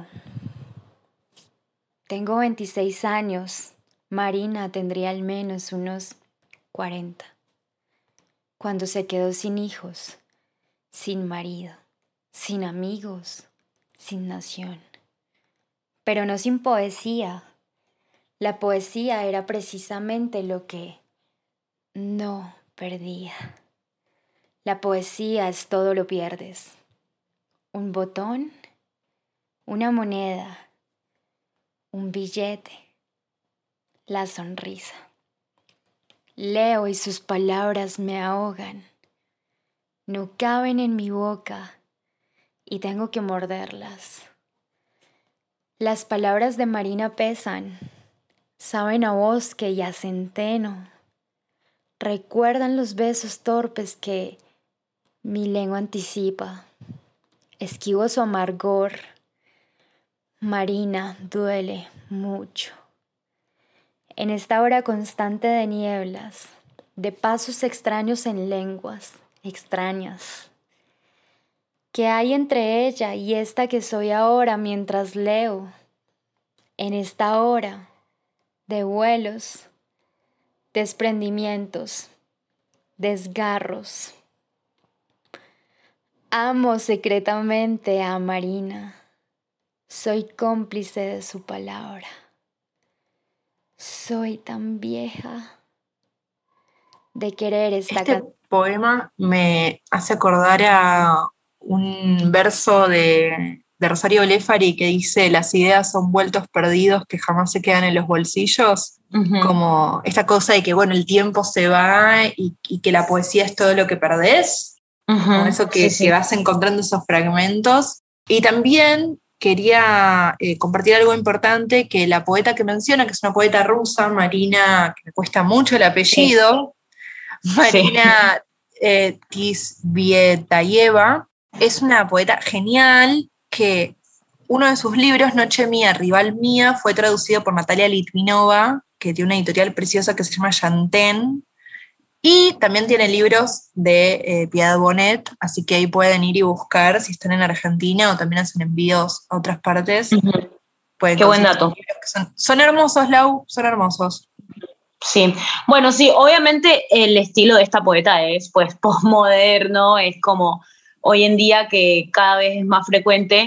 Tengo veintiséis años. Marina tendría al menos unos cuarenta. Cuando se quedó sin hijos, sin marido, sin amigos, sin nación, pero no sin poesía. La poesía era precisamente lo que no perdía. La poesía es todo lo pierdes. Un botón, una moneda, un billete, la sonrisa. Leo y sus palabras me ahogan. No caben en mi boca y tengo que morderlas. Las palabras de Marina pesan, saben a bosque y a centeno. Recuerdan los besos torpes que mi lengua anticipa. Esquivo su amargor. Marina duele mucho. En esta hora constante de nieblas, de pasos extraños en lenguas extrañas, ¿qué hay entre ella y esta que soy ahora mientras leo? En esta hora de vuelos, desprendimientos, desgarros. Amo secretamente a Marina. Soy cómplice de su palabra. Soy tan vieja de querer esta Este canción. poema me hace acordar a un verso de, de Rosario Blefari que dice: las ideas son vueltos perdidos que jamás se quedan en los bolsillos. Uh-huh. Como esta cosa de que, bueno, el tiempo se va y, y que la poesía es todo lo que perdés. Uh-huh. Como eso que, sí, sí. que vas encontrando esos fragmentos. Y también quería eh, compartir algo importante, que la poeta que menciona, que es una poeta rusa, Marina, que me cuesta mucho el apellido, sí. Marina sí. eh, Tsvetaeva, es una poeta genial que uno de sus libros, Noche Mía, Rival Mía, fue traducido por Natalia Litvinova, que tiene una editorial preciosa que se llama Yantén, y también tiene libros de eh, Piedad Bonet, así que ahí pueden ir y buscar si están en Argentina o también hacen envíos a otras partes. Uh-huh. Qué buen dato. Que son, son hermosos, Lau, son hermosos. Sí, bueno, sí, obviamente el estilo de esta poeta es pues postmoderno, es como hoy en día que cada vez es más frecuente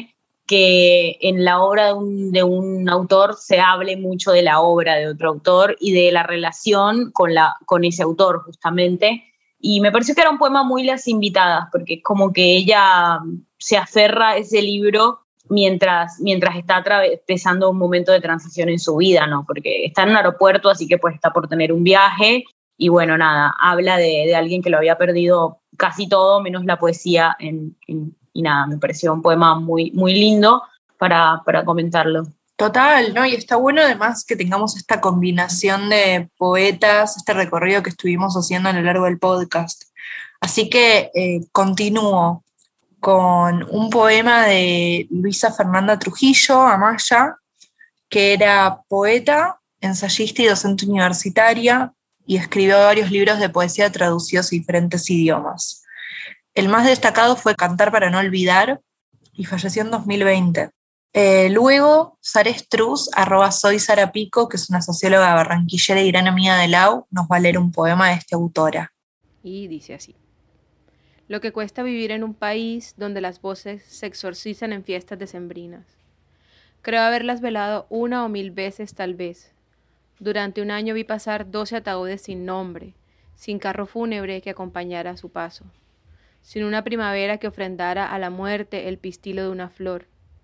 que en la obra de un, de un autor se hable mucho de la obra de otro autor y de la relación con, la, con ese autor, justamente. Y me pareció que era un poema muy Las Invitadas, porque es como que ella se aferra a ese libro mientras, mientras está atravesando un momento de transición en su vida, ¿no? Porque está en un aeropuerto, así que pues está por tener un viaje. Y bueno, nada, habla de, de alguien que lo había perdido casi todo, menos la poesía en... en y nada, me pareció un poema muy, muy lindo para, para comentarlo. Total, ¿no? Y está bueno además que tengamos esta combinación de poetas, este recorrido que estuvimos haciendo a lo largo del podcast. Así que eh, continúo con un poema de Luisa Fernanda Trujillo Amaya, que era poeta, ensayista y docente universitaria, y escribió varios libros de poesía traducidos a diferentes idiomas. El más destacado fue Cantar para no olvidar, y falleció en dos mil veinte. Eh, luego, Sara Struz, arroba soy Sara Pico, que es una socióloga barranquillera y gran amiga de Lau, nos va a leer un poema de esta autora. Y dice así: lo que cuesta vivir en un país donde las voces se exorcizan en fiestas decembrinas. Creo haberlas velado una o mil veces tal vez. Durante un año vi pasar doce ataúdes sin nombre, sin carro fúnebre que acompañara a su paso, sin una primavera que ofrendara a la muerte el pistilo de una flor.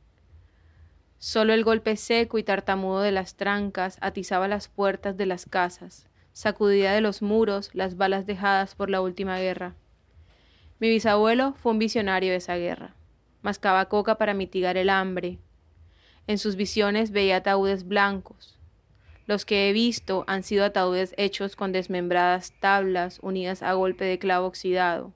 Solo el golpe seco y tartamudo de las trancas atizaba las puertas de las casas, sacudía de los muros las balas dejadas por la última guerra. Mi bisabuelo fue un visionario de esa guerra. Mascaba coca para mitigar el hambre. En sus visiones veía ataúdes blancos. Los que he visto han sido ataúdes hechos con desmembradas tablas unidas a golpe de clavo oxidado.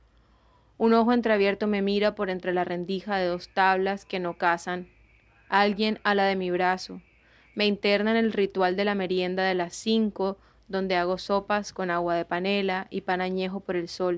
Un ojo entreabierto me mira por entre la rendija de dos tablas que no casan. Alguien ala de mi brazo. Me interna en el ritual de la merienda de las cinco, donde hago sopas con agua de panela y pan añejo por el sol.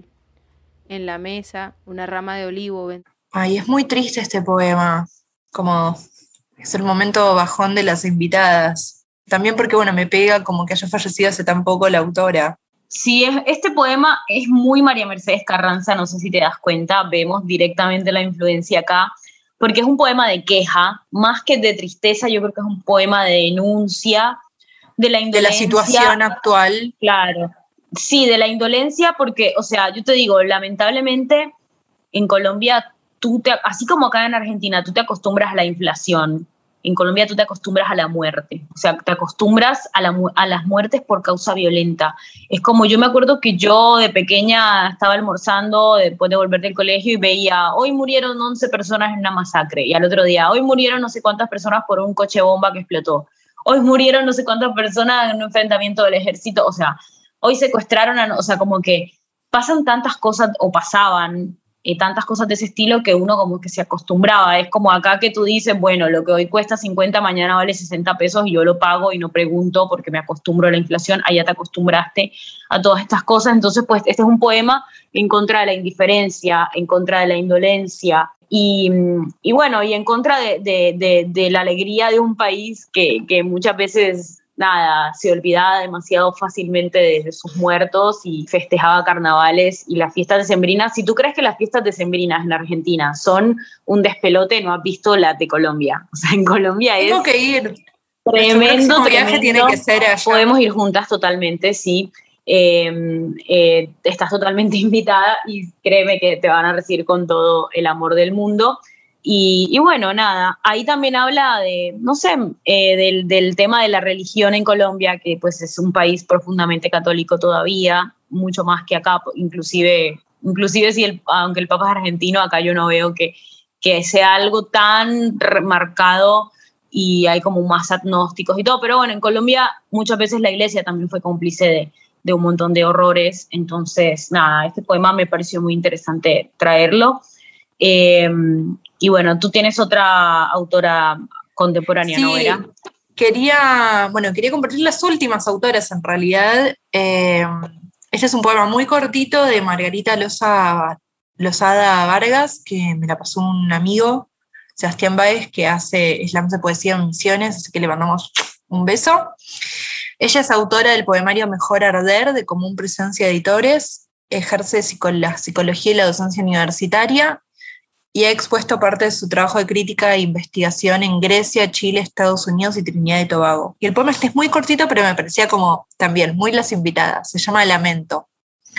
En la mesa, una rama de olivo. Ay, es muy triste este poema. Como es el momento bajón de Las Invitadas. También porque, bueno, me pega como que haya fallecido hace tan poco la autora. Sí, es, este poema es muy María Mercedes Carranza, no sé si te das cuenta, vemos directamente la influencia acá, porque es un poema de queja, más que de tristeza, yo creo que es un poema de denuncia de la indolencia. De la situación actual. Claro, sí, de la indolencia, porque, o sea, yo te digo, lamentablemente en Colombia, tú te, así como acá en Argentina, tú te acostumbras a la inflación. En Colombia tú te acostumbras a la muerte, o sea, te acostumbras a, la, a las muertes por causa violenta. Es como, yo me acuerdo que yo de pequeña estaba almorzando después de volver del colegio y veía, hoy murieron once personas en una masacre, y al otro día, hoy murieron no sé cuántas personas por un coche bomba que explotó, hoy murieron no sé cuántas personas en un enfrentamiento del ejército, o sea, hoy secuestraron, a, o sea, como que pasan tantas cosas, o pasaban, y tantas cosas de ese estilo que uno como que se acostumbraba. Es como acá que tú dices, bueno, lo que hoy cuesta cincuenta, mañana vale sesenta pesos y yo lo pago y no pregunto porque me acostumbro a la inflación. Allá te acostumbraste a todas estas cosas. Entonces, pues, este es un poema en contra de la indiferencia, en contra de la indolencia y, y bueno, y en contra de, de, de, de la alegría de un país que, que muchas veces... nada, se olvidaba demasiado fácilmente de, de sus muertos y festejaba carnavales y las fiestas decembrinas. Si tú crees que las fiestas decembrinas en Argentina son un despelote, no has visto las de Colombia. O sea, en Colombia Tengo es que ir. tremendo, viaje tremendo. Tiene que ser allá. Podemos ir juntas totalmente, sí. Eh, eh, estás totalmente invitada y créeme que te van a recibir con todo el amor del mundo. Y, y bueno, nada, ahí también habla de, no sé, eh, del, del tema de la religión en Colombia, que pues es un país profundamente católico todavía, mucho más que acá, inclusive, inclusive si el, aunque el Papa es argentino, acá yo no veo que, que sea algo tan remarcado y hay como más agnósticos y todo, pero bueno, en Colombia muchas veces la iglesia también fue cómplice de, de un montón de horrores, entonces nada, este poema me pareció muy interesante traerlo. Eh, y bueno, tú tienes otra autora contemporánea, sí, ¿no, Vera? Quería, bueno, quería compartir las últimas autoras en realidad. Eh, este es un poema muy cortito de Margarita Loza, Lozada Vargas, que me la pasó un amigo, Sebastián Báez, que hace slams de poesía en Misiones, así que le mandamos un beso. Ella es autora del poemario Mejor Arder, de Común Presencia Editores, ejerce psico- la psicología y la docencia universitaria, y ha expuesto parte de su trabajo de crítica e investigación en Grecia, Chile, Estados Unidos y Trinidad y Tobago. Y el poema este es muy cortito, pero me parecía como también muy Las Invitadas. Se llama Lamento.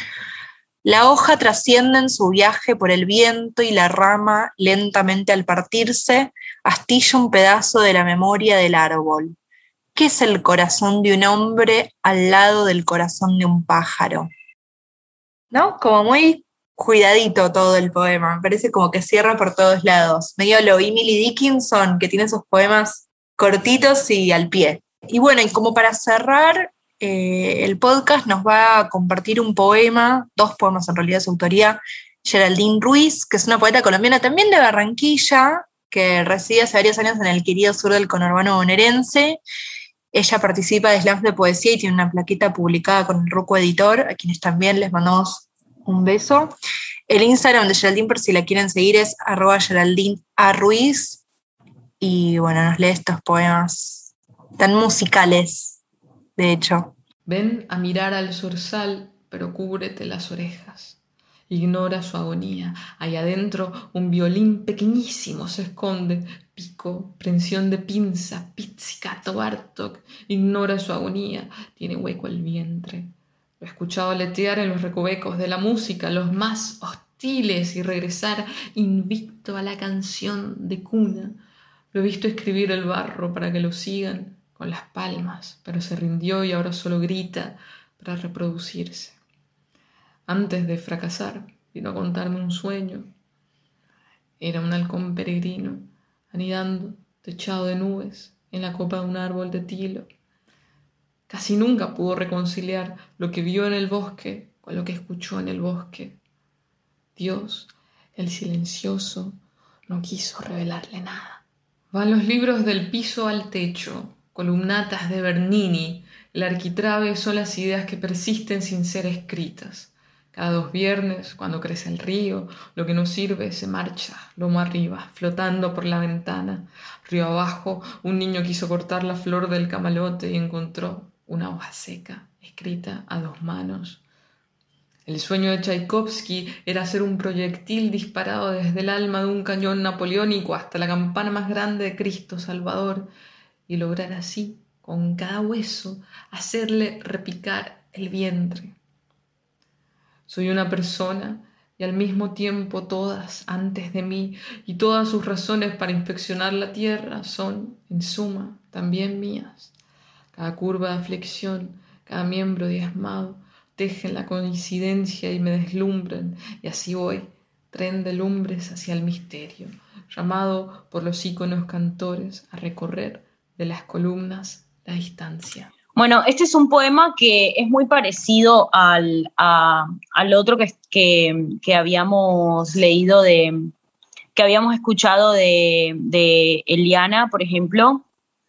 La hoja trasciende en su viaje por el viento y la rama, lentamente al partirse, astilla un pedazo de la memoria del árbol. ¿Qué es el corazón de un hombre al lado del corazón de un pájaro? ¿No? Como muy cuidadito todo el poema, me parece como que cierra por todos lados. Medio lo Emily Dickinson, que tiene esos poemas cortitos y al pie. Y bueno, y como para cerrar, eh, el podcast nos va a compartir un poema, dos poemas en realidad de su autoría, Geraldine Ruiz, que es una poeta colombiana también de Barranquilla, que reside hace varios años en el querido sur del conurbano bonaerense. Ella participa de slams de poesía y tiene una plaqueta publicada con el Ruco Editor, a quienes también les mandamos un beso. El Instagram de Geraldine, por si la quieren seguir, es arroba Geraldine A. Ruiz. Y bueno, nos lee estos poemas tan musicales, de hecho. Ven a mirar al zorzal, pero cúbrete las orejas. Ignora su agonía. Ahí adentro un violín pequeñísimo se esconde. Pico, prensión de pinza, pizzicato Bartok. Ignora su agonía. Tiene hueco el vientre. Lo he escuchado aletear en los recovecos de la música, los más hostiles, y regresar invicto a la canción de cuna. Lo he visto escribir el barro para que lo sigan con las palmas, pero se rindió y ahora solo grita para reproducirse. Antes de fracasar, vino a contarme un sueño. Era un halcón peregrino, anidando, techado de nubes, en la copa de un árbol de tilo. Casi nunca pudo reconciliar lo que vio en el bosque con lo que escuchó en el bosque. Dios, el silencioso, no quiso revelarle nada. Van los libros del piso al techo, columnatas de Bernini. El arquitrabe son las ideas que persisten sin ser escritas. Cada dos viernes, cuando crece el río, lo que no sirve se marcha, lomo arriba, flotando por la ventana. Río abajo, un niño quiso cortar la flor del camalote y encontró una hoja seca, escrita a dos manos. El sueño de Tchaikovsky era ser un proyectil disparado desde el alma de un cañón napoleónico hasta la campana más grande de Cristo Salvador y lograr así, con cada hueso, hacerle repicar el vientre. Soy una persona y al mismo tiempo todas antes de mí, y todas sus razones para inspeccionar la tierra son, en suma, también mías. Cada curva de aflicción, cada miembro diezmado, tejen la coincidencia y me deslumbran, y así voy, tren de lumbres hacia el misterio, llamado por los íconos cantores a recorrer de las columnas la distancia. Bueno, este es un poema que es muy parecido al, a, al otro que, que, que habíamos leído, de, que habíamos escuchado de, de Eliana, por ejemplo,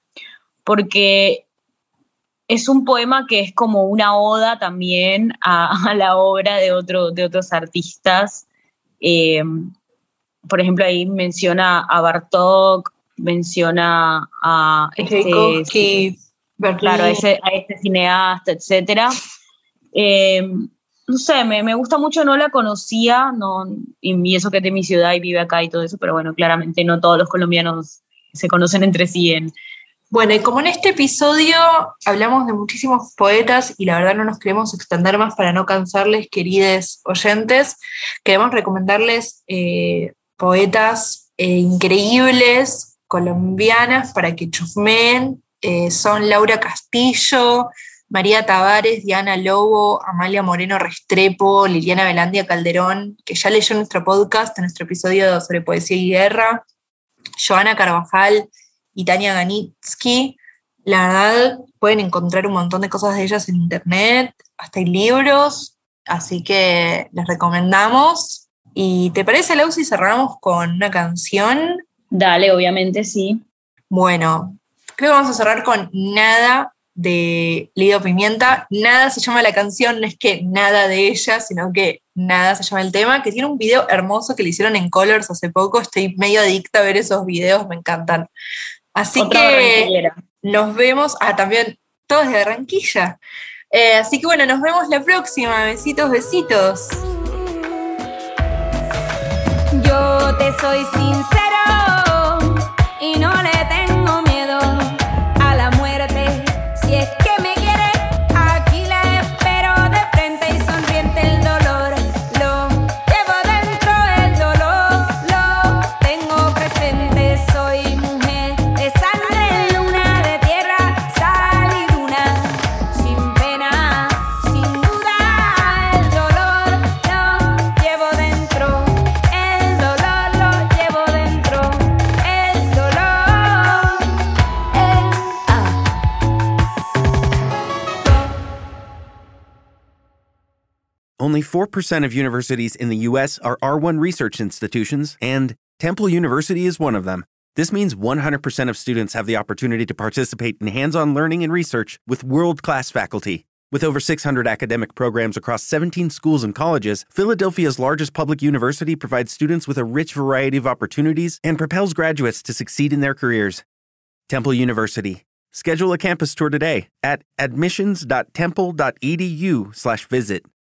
porque es un poema que es como una oda también a, a la obra de, otro, de otros artistas. Eh, por ejemplo, ahí menciona a Bartók, menciona a este, claro, a, ese, a este cineasta, etcétera. Eh, no sé, me, me gusta mucho, no la conocía, no, y eso que es de mi ciudad y vive acá y todo eso, pero bueno, claramente no todos los colombianos se conocen entre sí en... Bueno, y como en este episodio hablamos de muchísimos poetas y la verdad no nos queremos extender más para no cansarles, queridos oyentes, queremos recomendarles eh, poetas eh, increíbles, colombianas, para que chusmeen. Eh, son Laura Castillo, María Tavares, Diana Lobo, Amalia Moreno Restrepo, Liliana Velandia Calderón, que ya leyó nuestro podcast, en nuestro episodio sobre poesía y guerra, Joana Carvajal y Tania Ganitsky. La verdad, pueden encontrar un montón de cosas de ellas en internet, hasta hay libros, así que les recomendamos. ¿Y te parece, Lau, si cerramos con una canción? Dale, obviamente, sí. Bueno, creo que vamos a cerrar con Nada de Lido Pimienta. Nada se llama la canción, no es que nada de ella, sino que Nada se llama el tema, que tiene un video hermoso que le hicieron en Colors hace poco. Estoy medio adicta a ver esos videos, me encantan. Así Otra que nos vemos, ah, también todos de Barranquilla. Eh, así que bueno, nos vemos la próxima. Besitos, besitos. Yo Te soy sincero y no le tengo miedo a la muerte. Si es que me quiere, aquí la espero de frente y sonriente. El dolor lo llevo dentro, el dolor lo tengo presente. Soy mujer de sangre, luna de tierra, sal y luna, sin pena, sin duda. El dolor lo llevo dentro, el dolor lo llevo dentro, el dolor, el ah. Only four percent of universities in the U S are R one research institutions, and Temple University is one of them. This means one hundred percent of students have the opportunity to participate in hands-on learning and research with world-class faculty. With over six hundred academic programs across seventeen schools and colleges, Philadelphia's largest public university provides students with a rich variety of opportunities and propels graduates to succeed in their careers. Temple University. Schedule a campus tour today at admissions dot temple dot e d u slash visit.